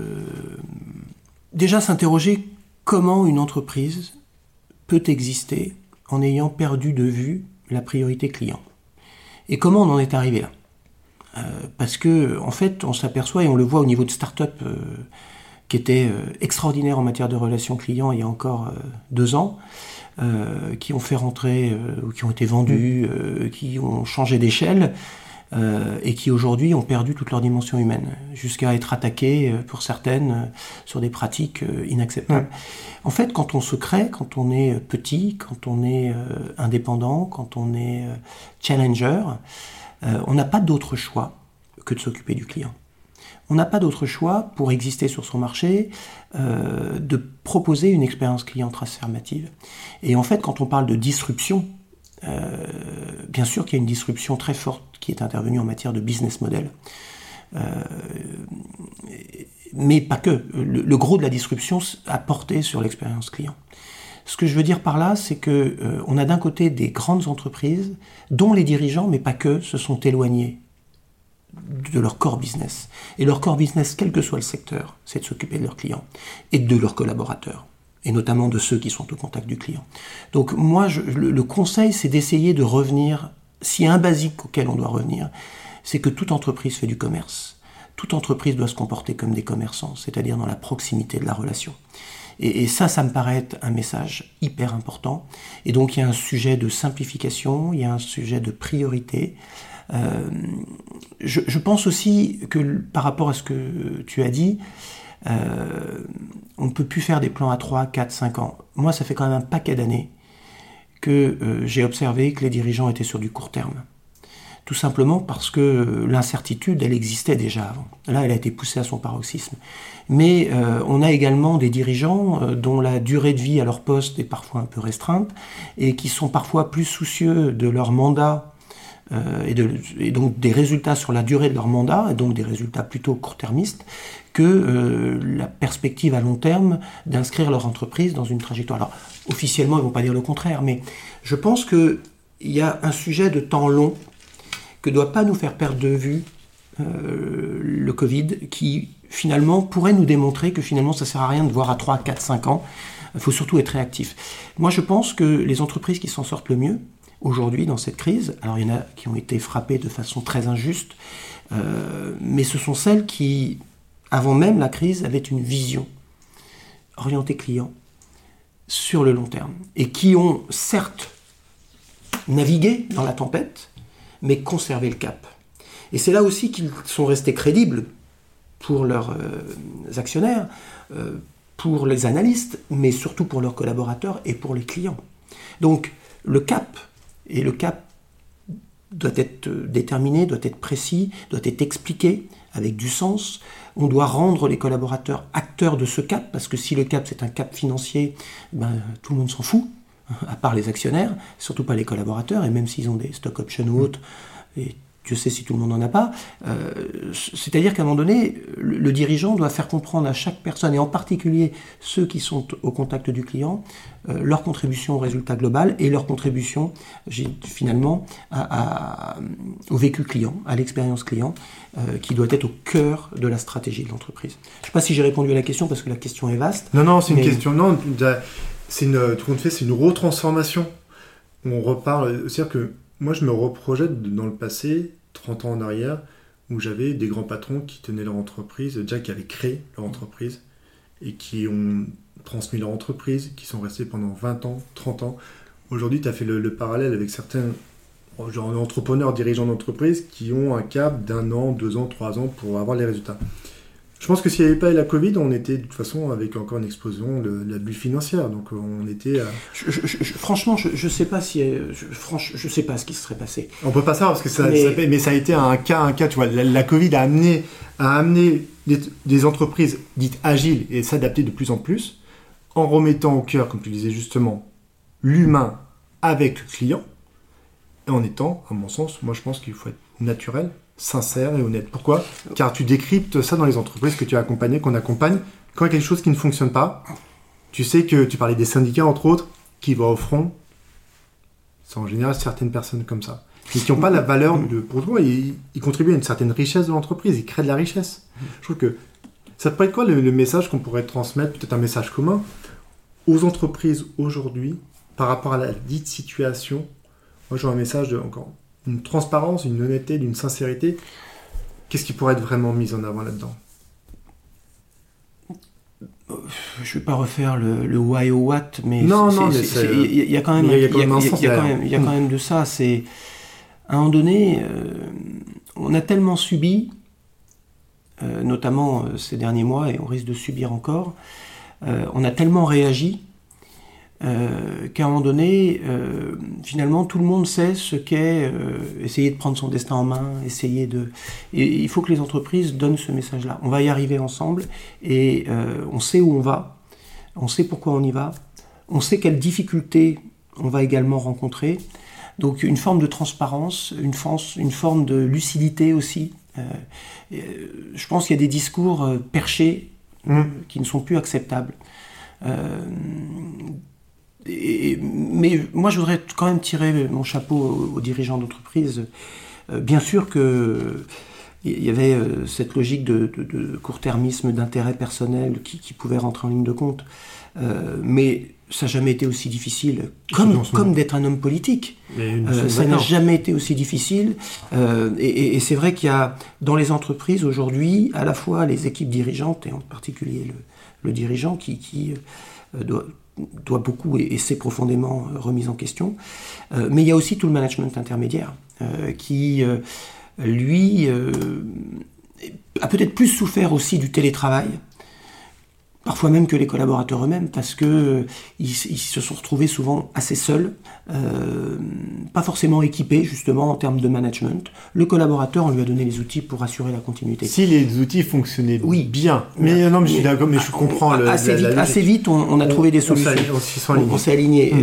déjà s'interroger comment une entreprise peut exister en ayant perdu de vue la priorité client. Et comment on en est arrivé là? Parce que, en fait, on s'aperçoit, et on le voit au niveau de start-up qui étaient extraordinaires en matière de relations clients il y a encore 2 ans, qui ont fait rentrer, ou qui ont été vendus, qui ont changé d'échelle, et qui aujourd'hui ont perdu toute leur dimension humaine, jusqu'à être attaqués, pour certaines, sur des pratiques inacceptables. En fait, quand on se crée, quand on est petit, quand on est indépendant, quand on est challenger, on n'a pas d'autre choix que de s'occuper du client. On n'a pas d'autre choix pour exister sur son marché, de proposer une expérience client transformative. Et en fait, quand on parle de disruption, bien sûr qu'il y a une disruption très forte qui est intervenue en matière de business model. Mais pas que. Le gros de la disruption a porté sur l'expérience client. Ce que je veux dire par là, c'est que on a d'un côté des grandes entreprises dont les dirigeants, mais pas que, se sont éloignés de leur core business. Et leur core business, quel que soit le secteur, c'est de s'occuper de leurs clients et de leurs collaborateurs, et notamment de ceux qui sont au contact du client. Donc moi, le conseil, c'est d'essayer de revenir, s'il y a un basique auquel on doit revenir, c'est que toute entreprise fait du commerce. Toute entreprise doit se comporter comme des commerçants, c'est-à-dire dans la proximité de la relation. Et ça me paraît être un message hyper important. Et donc il y a un sujet de simplification, il y a un sujet de priorité. Je pense aussi que par rapport à ce que tu as dit, on ne peut plus faire des plans à 3, 4, 5 ans. Moi, ça fait quand même un paquet d'années que j'ai observé que les dirigeants étaient sur du court terme. tout simplement parce que l'incertitude, elle existait déjà avant. Là, elle a été poussée à son paroxysme. Mais on a également des dirigeants dont la durée de vie à leur poste est parfois un peu restreinte et qui sont parfois plus soucieux de leur mandat et donc des résultats sur la durée de leur mandat, et donc des résultats plutôt court-termistes, que la perspective à long terme d'inscrire leur entreprise dans une trajectoire. Alors, officiellement, ils ne vont pas dire le contraire, mais je pense qu'il y a un sujet de temps long que ne doit pas nous faire perdre de vue le Covid, qui finalement pourrait nous démontrer que finalement ça ne sert à rien de voir à 3, 4, 5 ans. Il faut surtout être réactif. Moi, je pense que les entreprises qui s'en sortent le mieux, aujourd'hui, dans cette crise, alors il y en a qui ont été frappées de façon très injuste, mais ce sont celles qui, avant même la crise, avaient une vision orientée client sur le long terme, et qui ont certes navigué dans la tempête, mais conservé le cap. Et c'est là aussi qu'ils sont restés crédibles pour leurs actionnaires, pour les analystes, mais surtout pour leurs collaborateurs et pour les clients. Donc le cap, et le cap doit être déterminé, doit être précis, doit être expliqué avec du sens. On doit rendre les collaborateurs acteurs de ce cap, parce que si le cap c'est un cap financier, tout le monde s'en fout, à part les actionnaires, surtout pas les collaborateurs, et même s'ils ont des stock options ou autres, et Dieu sait si tout le monde n'en a pas. C'est-à-dire qu'à un moment donné, le dirigeant doit faire comprendre à chaque personne, et en particulier ceux qui sont au contact du client, leur contribution au résultat global et leur contribution finalement au vécu client, à l'expérience client, qui doit être au cœur de la stratégie de l'entreprise. Je ne sais pas si j'ai répondu à la question, parce que la question est vaste. Non, c'est une question. Non, c'est tout compte fait, c'est une retransformation. On reparle. C'est-à-dire que moi, je me reprojette dans le passé, 30 ans en arrière, où j'avais des grands patrons qui tenaient leur entreprise, déjà qui avaient créé leur entreprise, et qui ont transmis leur entreprise, qui sont restés pendant 20 ans, 30 ans. Aujourd'hui, tu as fait le parallèle avec certains entrepreneurs, dirigeants d'entreprise, qui ont un cap d'1 an, 2 ans, 3 ans pour avoir les résultats. Je pense que s'il n'y avait pas eu la Covid, on était de toute façon avec encore une explosion de la bulle financière. Donc on était. Franchement, je sais pas si, je sais pas ce qui se serait passé. On peut pas savoir parce que mais ça a été un cas. Tu vois, la Covid a amené des entreprises dites agiles et s'adapter de plus en plus, en remettant au cœur, comme tu disais justement, l'humain avec le client, et en étant, à mon sens, moi je pense qu'il faut être naturel, sincère et honnête. Pourquoi ? Car tu décryptes ça dans les entreprises que tu as accompagnées, qu'on accompagne. Quand il y a quelque chose qui ne fonctionne pas, tu sais que tu parlais des syndicats, entre autres, qui vont au front. C'est en général certaines personnes comme ça. Et qui n'ont pas la valeur pour toi. Ils contribuent à une certaine richesse de l'entreprise. Ils créent de la richesse. Je trouve que ça pourrait être quoi le message qu'on pourrait transmettre, peut-être un message commun, aux entreprises aujourd'hui, par rapport à la dite situation. Moi, j'ai un message de, encore, une transparence, une honnêteté, d'une sincérité. Qu'est-ce qui pourrait être vraiment mis en avant là-dedans ? Je ne vais pas refaire le why or what, mais il y a quand même de ça. C'est, à un moment donné, on a tellement subi, notamment ces derniers mois, et on risque de subir encore, on a tellement réagi qu'à un moment donné, finalement, tout le monde sait ce qu'est essayer de prendre son destin en main, Et il faut que les entreprises donnent ce message-là. On va y arriver ensemble, et on sait où on va, on sait pourquoi on y va, on sait quelles difficultés on va également rencontrer. Donc une forme de transparence, une forme de lucidité aussi. Je pense qu'il y a des discours perchés qui ne sont plus acceptables. Mais moi, je voudrais quand même tirer mon chapeau aux dirigeants d'entreprise. Bien sûr qu'il y avait cette logique de court-termisme, d'intérêt personnel qui pouvait rentrer en ligne de compte. Mais ça n'a jamais été aussi difficile, comme d'être un homme politique. Ça n'a jamais été aussi difficile. Et c'est vrai qu'il y a dans les entreprises aujourd'hui, à la fois les équipes dirigeantes, et en particulier le dirigeant qui doit beaucoup et s'est profondément remis en question. Mais il y a aussi tout le management intermédiaire qui, lui, a peut-être plus souffert aussi du télétravail, parfois même que les collaborateurs eux-mêmes, parce que ils se sont retrouvés souvent assez seuls, pas forcément équipés justement en termes de management. Le collaborateur, on lui a donné les outils pour assurer la continuité. Si les outils fonctionnaient bien, mais non, mais je suis d'accord, mais je comprends. Assez vite, on a trouvé des solutions. On s'est aligné.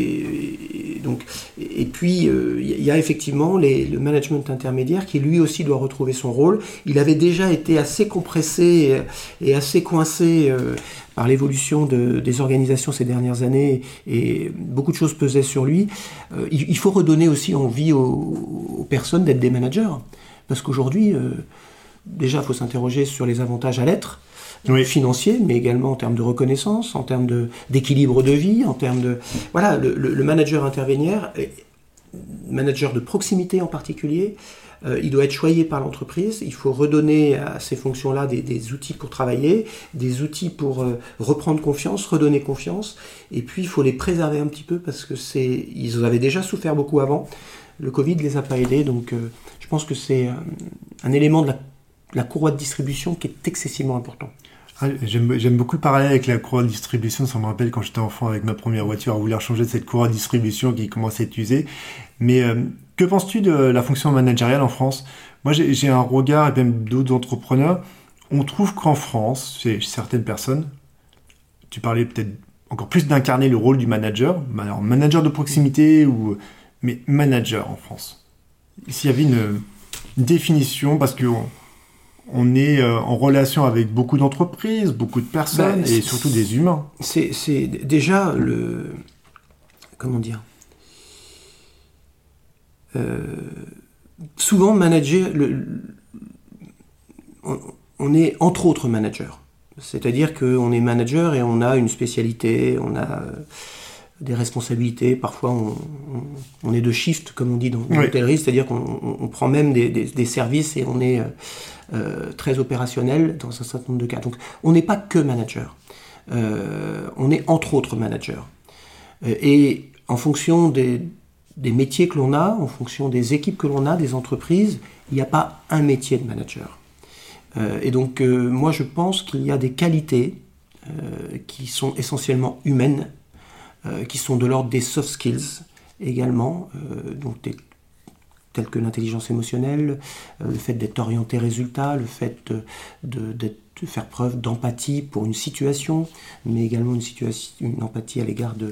Et puis, il y a effectivement le management intermédiaire qui lui aussi doit retrouver son rôle. Il avait déjà été assez compressé et assez coincé par l'évolution des organisations ces dernières années, et beaucoup de choses pesaient sur lui. Il faut redonner aussi envie aux personnes d'être des managers, parce qu'aujourd'hui, déjà, il faut s'interroger sur les avantages à l'être. Financier, mais également en termes de reconnaissance, en termes d'équilibre de vie, en termes de... Voilà, le manager intermédiaire, manager de proximité en particulier, il doit être choyé par l'entreprise. Il faut redonner à ces fonctions-là des outils pour travailler, des outils pour reprendre confiance, redonner confiance, et puis il faut les préserver un petit peu parce que ils avaient déjà souffert beaucoup avant. Le Covid ne les a pas aidés, donc je pense que c'est un élément de la courroie de distribution qui est excessivement important. J'aime beaucoup le parallèle avec la courroie de distribution. Ça me rappelle quand j'étais enfant avec ma première voiture à vouloir changer cette courroie de distribution qui commençait à être usée. Mais que penses-tu de la fonction managériale en France ? Moi, j'ai un regard, et même d'autres entrepreneurs, on trouve qu'en France, chez certaines personnes, tu parlais peut-être encore plus d'incarner le rôle du manager, alors manager de proximité, mais manager en France. S'il y avait une définition, parce que on est en relation avec beaucoup d'entreprises, beaucoup de personnes et surtout des humains. C'est déjà comment dire, souvent manager, on est entre autres manager. C'est-à-dire qu'on est manager et on a une spécialité, on a des responsabilités. Parfois, on est de shift, comme on dit dans l'hôtellerie, c'est-à-dire qu'on prend même des services et on est très opérationnel dans un certain nombre de cas. Donc, on n'est pas que manager. On est entre autres manager. Et en fonction des métiers que l'on a, en fonction des équipes que l'on a, des entreprises, il n'y a pas un métier de manager. Et donc, moi, je pense qu'il y a des qualités qui sont essentiellement humaines, qui sont de l'ordre des soft skills également, telles que l'intelligence émotionnelle, le fait d'être orienté résultat, le fait de faire preuve d'empathie pour une situation, mais également une empathie à l'égard de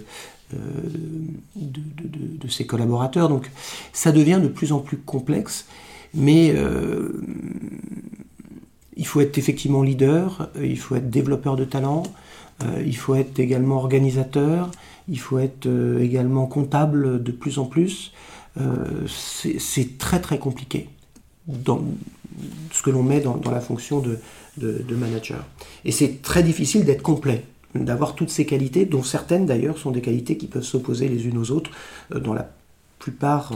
ses collaborateurs. Donc ça devient de plus en plus complexe, mais il faut être effectivement leader, il faut être développeur de talent, il faut être également organisateur, il faut être également comptable de plus en plus. C'est très très compliqué dans ce que l'on met dans la fonction de manager. Et c'est très difficile d'être complet, d'avoir toutes ces qualités, dont certaines d'ailleurs sont des qualités qui peuvent s'opposer les unes aux autres pour la plupart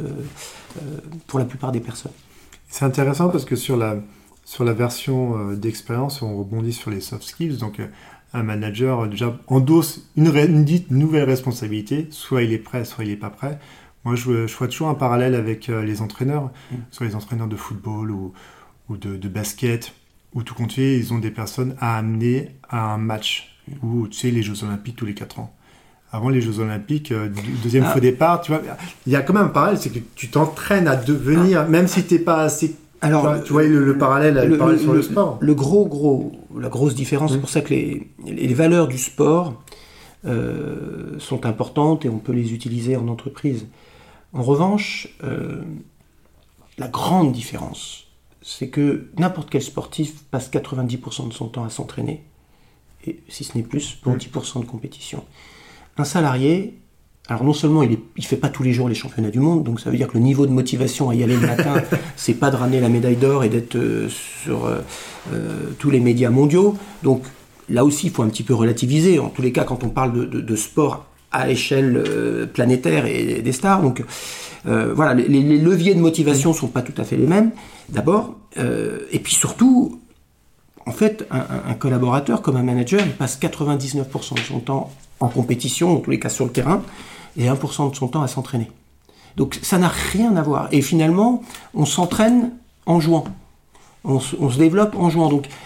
des personnes. C'est intéressant parce que sur la version d'expérience, on rebondit sur les soft skills, donc un manager déjà endosse une dite nouvelle responsabilité, soit il est prêt, soit il n'est pas prêt. Moi, je vois toujours un parallèle avec les entraîneurs, soit les entraîneurs de football ou de basket, où tout compte fait, ils ont des personnes à amener à un match, ou tu sais, les Jeux Olympiques tous les 4 ans. Avant les Jeux Olympiques, deuxième faux départ, tu vois, il y a quand même un parallèle, c'est que tu t'entraînes à devenir, même si tu n'es pas assez... Alors, tu vois le parallèle sur le sport. La grosse différence, c'est pour ça que les valeurs du sport sont importantes et on peut les utiliser en entreprise. En revanche, la grande différence, c'est que n'importe quel sportif passe 90% de son temps à s'entraîner, et si ce n'est plus, pour 10% de compétition. Un salarié, alors non seulement il ne fait pas tous les jours les championnats du monde, donc ça veut dire que le niveau de motivation à y aller le matin, c'est pas de ramener la médaille d'or et d'être sur tous les médias mondiaux. Donc là aussi, il faut un petit peu relativiser. En tous les cas, quand on parle de sport à échelle planétaire et des stars, donc voilà, les leviers de motivation ne sont pas tout à fait les mêmes, d'abord. Et puis surtout, en fait, un collaborateur comme un manager, il passe 99% de son temps en compétition, en tous les cas sur le terrain, et 1% de son temps à s'entraîner. Donc ça n'a rien à voir. Et finalement, on s'entraîne en jouant. On se développe en jouant. Donc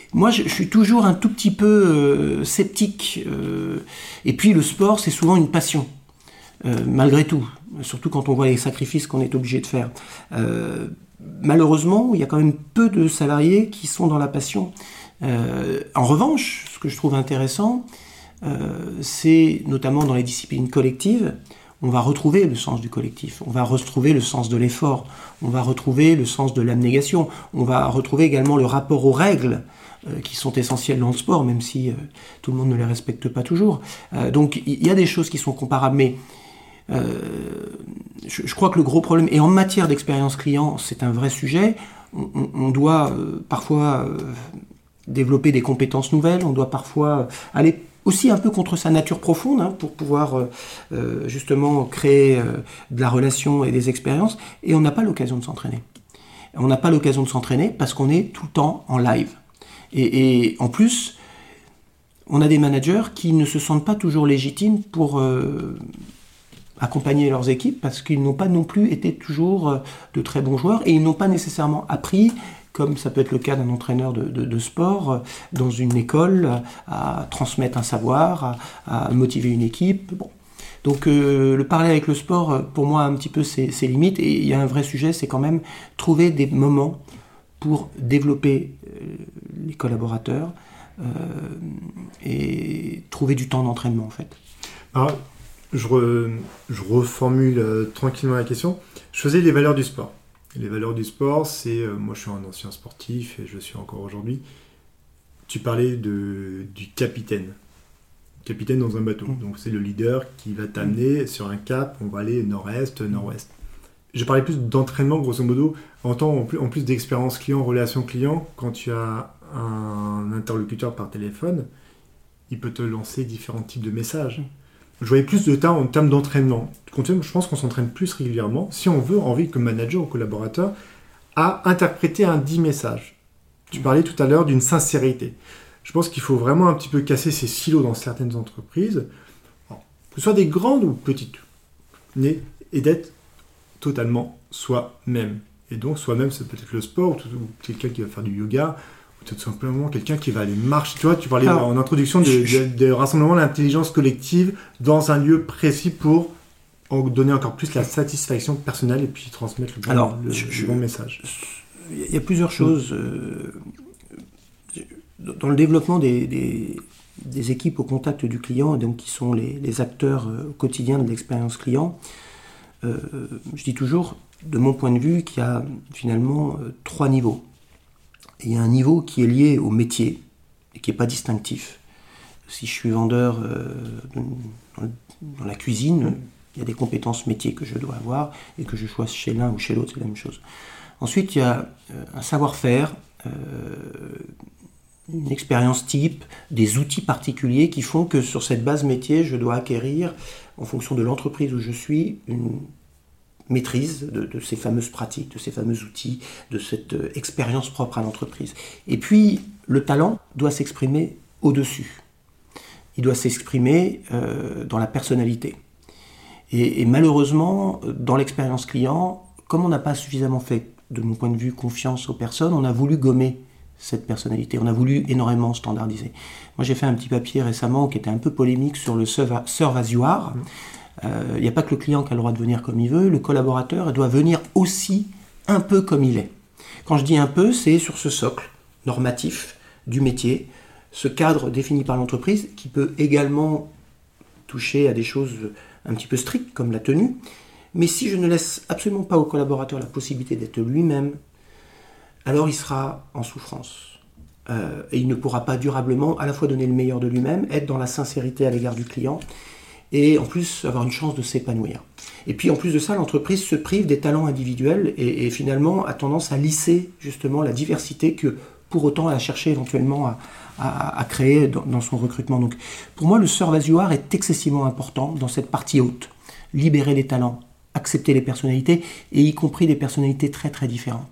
moi, je suis toujours un tout petit peu sceptique. Et puis, le sport, c'est souvent une passion, malgré tout. Surtout quand on voit les sacrifices qu'on est obligé de faire. Malheureusement, il y a quand même peu de salariés qui sont dans la passion. En revanche, ce que je trouve intéressant, c'est notamment dans les disciplines collectives, on va retrouver le sens du collectif, on va retrouver le sens de l'effort, on va retrouver le sens de l'abnégation, on va retrouver également le rapport aux règles qui sont essentielles dans le sport, même si tout le monde ne les respecte pas toujours. Donc il y a des choses qui sont comparables, mais je crois que le gros problème, et en matière d'expérience client, c'est un vrai sujet, on doit parfois développer des compétences nouvelles, on doit parfois aller aussi un peu contre sa nature profonde pour pouvoir justement créer de la relation et des expériences, et on n'a pas l'occasion de s'entraîner. On n'a pas l'occasion de s'entraîner parce qu'on est tout le temps en live. Et en plus, on a des managers qui ne se sentent pas toujours légitimes pour accompagner leurs équipes parce qu'ils n'ont pas non plus été toujours de très bons joueurs et ils n'ont pas nécessairement appris, comme ça peut être le cas d'un entraîneur de sport, dans une école, à transmettre un savoir, à motiver une équipe. Bon. Donc le parallèle avec le sport, pour moi, un petit peu ses limites. Et il y a un vrai sujet, c'est quand même trouver des moments pour développer les collaborateurs et trouver du temps d'entraînement, en fait. Alors, je reformule tranquillement la question. Je faisais les valeurs du sport. Les valeurs du sport, c'est... moi, je suis un ancien sportif et je suis encore aujourd'hui. Tu parlais du capitaine. Capitaine dans un bateau. Donc, c'est le leader qui va t'amener sur un cap. On va aller nord-est, nord-ouest. Je parlais plus d'entraînement, grosso modo. En plus d'expérience client, relation client, quand tu as un interlocuteur par téléphone, il peut te lancer différents types de messages. Je voyais plus de temps en termes d'entraînement. Je pense qu'on s'entraîne plus régulièrement, si on veut, envie comme manager ou collaborateur, à interpréter un dit message. Tu parlais tout à l'heure d'une sincérité. Je pense qu'il faut vraiment un petit peu casser ces silos dans certaines entreprises, que ce soit des grandes ou petites, et d'être totalement soi-même. Et donc, soi-même, c'est peut-être le sport, ou quelqu'un qui va faire du yoga, ou tout simplement quelqu'un qui va aller marcher. Tu vois, tu parlais en introduction de rassemblement de l'intelligence collective dans un lieu précis pour donner encore plus la satisfaction personnelle et puis transmettre le bon message. Il y a plusieurs choses. Dans le développement des équipes au contact du client, et donc qui sont les acteurs quotidiens de l'expérience client, je dis toujours, de mon point de vue, qu'il y a finalement 3 niveaux. Et il y a un niveau qui est lié au métier et qui n'est pas distinctif. Si je suis vendeur dans la cuisine, il y a des compétences métiers que je dois avoir et que je choisis chez l'un ou chez l'autre, c'est la même chose. Ensuite, il y a un savoir-faire, une expérience type, des outils particuliers qui font que sur cette base métier, je dois acquérir, en fonction de l'entreprise où je suis, une maîtrise de ces fameuses pratiques, de ces fameux outils, de cette expérience propre à l'entreprise. Et puis, le talent doit s'exprimer au-dessus. Il doit s'exprimer dans la personnalité. Et malheureusement, dans l'expérience client, comme on n'a pas suffisamment fait, de mon point de vue, confiance aux personnes, on a voulu gommer cette personnalité. On a voulu énormément standardiser. Moi, j'ai fait un petit papier récemment qui était un peu polémique sur le serve as you are. Il n'y a pas que le client qui a le droit de venir comme il veut, le collaborateur doit venir aussi un peu comme il est. Quand je dis un peu, c'est sur ce socle normatif du métier, ce cadre défini par l'entreprise qui peut également toucher à des choses un petit peu strictes comme la tenue. Mais si je ne laisse absolument pas au collaborateur la possibilité d'être lui-même, alors il sera en souffrance. Et il ne pourra pas durablement à la fois donner le meilleur de lui-même, être dans la sincérité à l'égard du client, et en plus avoir une chance de s'épanouir. Et puis en plus de ça, l'entreprise se prive des talents individuels et finalement a tendance à lisser justement la diversité que pour autant elle a cherché éventuellement à créer dans son recrutement. Donc pour moi, le serve as you are est excessivement important dans cette partie haute. Libérer les talents, accepter les personnalités, et y compris des personnalités très très différentes.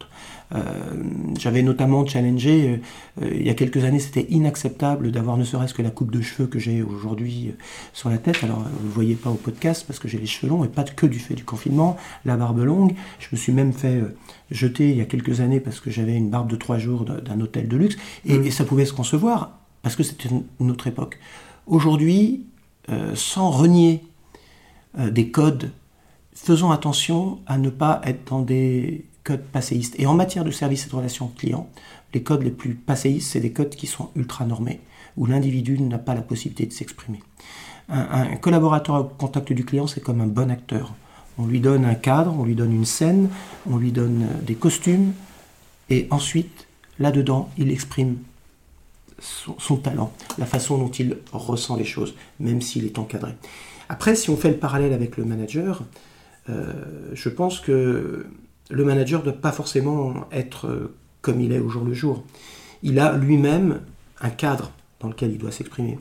J'avais notamment challengé, il y a quelques années, c'était inacceptable d'avoir ne serait-ce que la coupe de cheveux que j'ai aujourd'hui sur la tête. Alors, vous ne le voyez pas au podcast parce que j'ai les cheveux longs, et pas que du fait du confinement, la barbe longue. Je me suis même fait jeter il y a quelques années parce que j'avais une barbe de 3 jours d'un hôtel de luxe, et ça pouvait se concevoir parce que c'était une autre époque. Aujourd'hui, sans renier des codes, faisons attention à ne pas être dans des codes passéistes. Et en matière de service et de relations clients, les codes les plus passéistes, c'est des codes qui sont ultra normés, où l'individu n'a pas la possibilité de s'exprimer. Un collaborateur au contact du client, c'est comme un bon acteur. On lui donne un cadre, on lui donne une scène, on lui donne des costumes, et ensuite, là-dedans, il exprime son talent, la façon dont il ressent les choses, même s'il est encadré. Après, si on fait le parallèle avec le manager, je pense que le manager ne doit pas forcément être comme il est au jour le jour. Il a lui-même un cadre dans lequel il doit s'exprimer.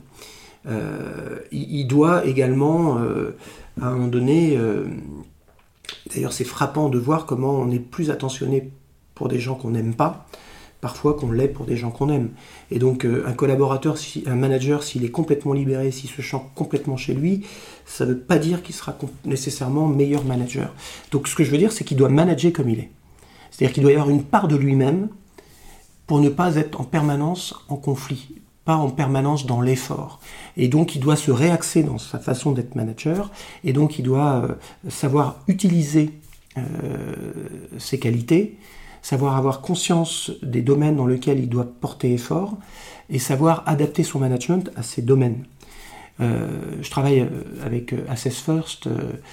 Il doit également, à un moment donné, d'ailleurs c'est frappant de voir comment on est plus attentionné pour des gens qu'on n'aime pas, parfois qu'on l'est pour des gens qu'on aime. Et donc un collaborateur, un manager, s'il est complètement libéré, s'il se sent complètement chez lui, ça ne veut pas dire qu'il sera nécessairement meilleur manager. Donc ce que je veux dire, c'est qu'il doit manager comme il est. C'est-à-dire qu'il doit y avoir une part de lui-même pour ne pas être en permanence en conflit, pas en permanence dans l'effort. Et donc il doit se réaxer dans sa façon d'être manager, et donc il doit savoir utiliser ses qualités, savoir avoir conscience des domaines dans lesquels il doit porter effort, et savoir adapter son management à ces domaines. Je travaille avec Assess First,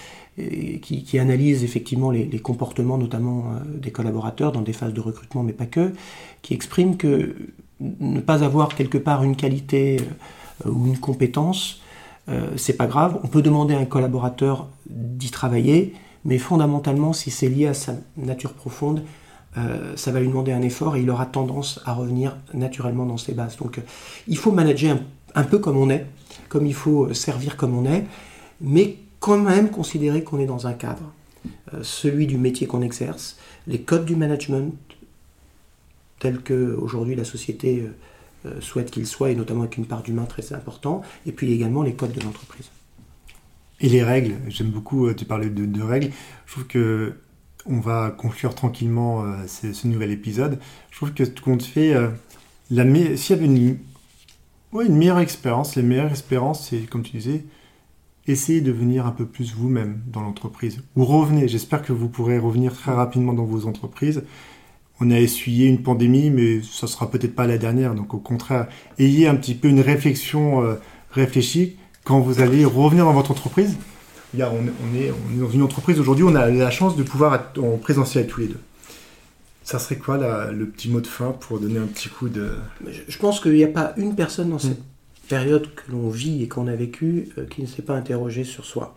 qui analyse effectivement les comportements, notamment des collaborateurs dans des phases de recrutement, mais pas que, qui exprime que ne pas avoir quelque part une qualité ou une compétence, c'est pas grave. On peut demander à un collaborateur d'y travailler, mais fondamentalement, si c'est lié à sa nature profonde, ça va lui demander un effort et il aura tendance à revenir naturellement dans ses bases. Donc il faut manager un peu comme on est, comme il faut servir comme on est, mais quand même considérer qu'on est dans un cadre, celui du métier qu'on exerce, les codes du management tels qu'aujourd'hui la société souhaite qu'ils soient, et notamment avec une part d'humain très important, et puis également les codes de l'entreprise. Et les règles, j'aime beaucoup, tu parlais de règles, je trouve que on va conclure tranquillement ce nouvel épisode. Je trouve que ce qu'on te fait, s'il y avait une meilleure expérience, les meilleures expériences, c'est, comme tu disais, essayez de devenir un peu plus vous-même dans l'entreprise. Ou revenez, j'espère que vous pourrez revenir très rapidement dans vos entreprises. On a essuyé une pandémie, mais ça ne sera peut-être pas la dernière. Donc au contraire, ayez un petit peu une réflexion réfléchie quand vous allez revenir dans votre entreprise. Regarde, on est dans une entreprise aujourd'hui, on a la chance de pouvoir être en présentiel tous les deux. Ça serait quoi le petit mot de fin pour donner un petit coup de... Je pense qu'il n'y a pas une personne dans cette période que l'on vit et qu'on a vécue qui ne s'est pas interrogé sur soi,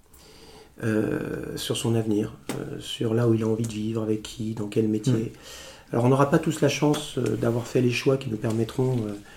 sur son avenir, sur là où il a envie de vivre, avec qui, dans quel métier. Alors on n'aura pas tous la chance d'avoir fait les choix qui nous permettront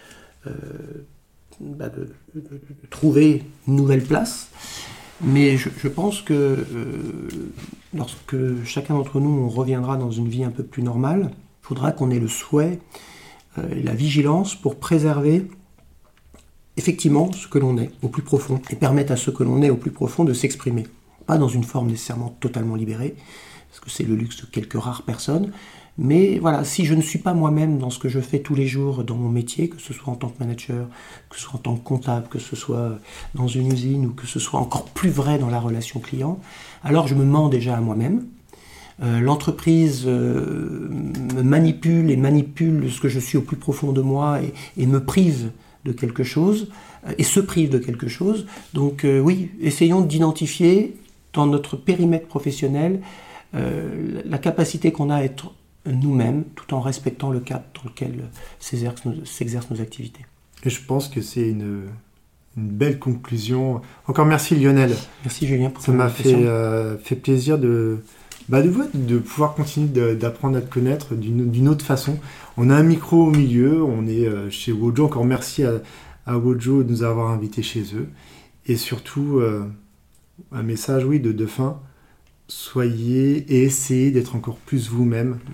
de trouver une nouvelle place. Mais je pense que lorsque chacun d'entre nous on reviendra dans une vie un peu plus normale, il faudra qu'on ait le souhait et la vigilance pour préserver effectivement ce que l'on est au plus profond et permettre à ce que l'on est au plus profond de s'exprimer. Pas dans une forme nécessairement totalement libérée, parce que c'est le luxe de quelques rares personnes, mais voilà, si je ne suis pas moi-même dans ce que je fais tous les jours dans mon métier, que ce soit en tant que manager, que ce soit en tant que comptable, que ce soit dans une usine ou que ce soit encore plus vrai dans la relation client, alors je me mens déjà à moi-même. L'entreprise me manipule et manipule ce que je suis au plus profond de moi et me prive de quelque chose, et se prive de quelque chose. Donc oui, essayons d'identifier dans notre périmètre professionnel la capacité qu'on a à être nous-mêmes, tout en respectant le cadre dans lequel s'exercent nos activités. Et je pense que c'est une belle conclusion. Encore merci Lionel. Merci Julien pour ça m'a fait plaisir de pouvoir continuer d'apprendre à te connaître d'une autre façon. On a un micro au milieu, on est chez Wojo. Encore merci à Wojo de nous avoir invités chez eux. Et surtout, un message de fin, soyez et essayez d'être encore plus vous-même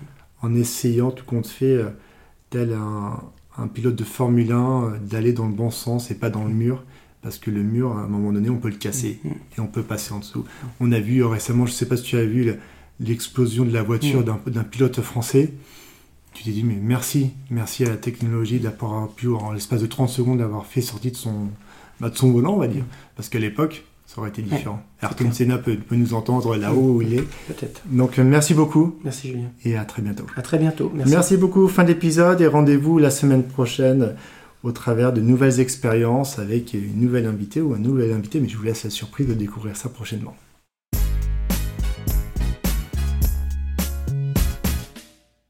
en essayant tout compte fait, tel un pilote de Formule 1, d'aller dans le bon sens et pas dans le mur. Parce que le mur, à un moment donné, on peut le casser et on peut passer en dessous. On a vu récemment, je ne sais pas si tu as vu l'explosion de la voiture d'un pilote français. Tu t'es dit, mais merci à la technologie d'avoir pu, en l'espace de 30 secondes, d'avoir fait sortir de son volant, on va dire. Parce qu'à l'époque, ça aurait été différent. Ayrton Senna peut nous entendre là-haut où il est. Peut-être. Donc, merci beaucoup. Merci Julien. Et à très bientôt. À très bientôt. Merci beaucoup. Fin d'épisode et rendez-vous la semaine prochaine au travers de nouvelles expériences avec une nouvelle invitée ou un nouvel invité, mais je vous laisse la surprise de découvrir ça prochainement.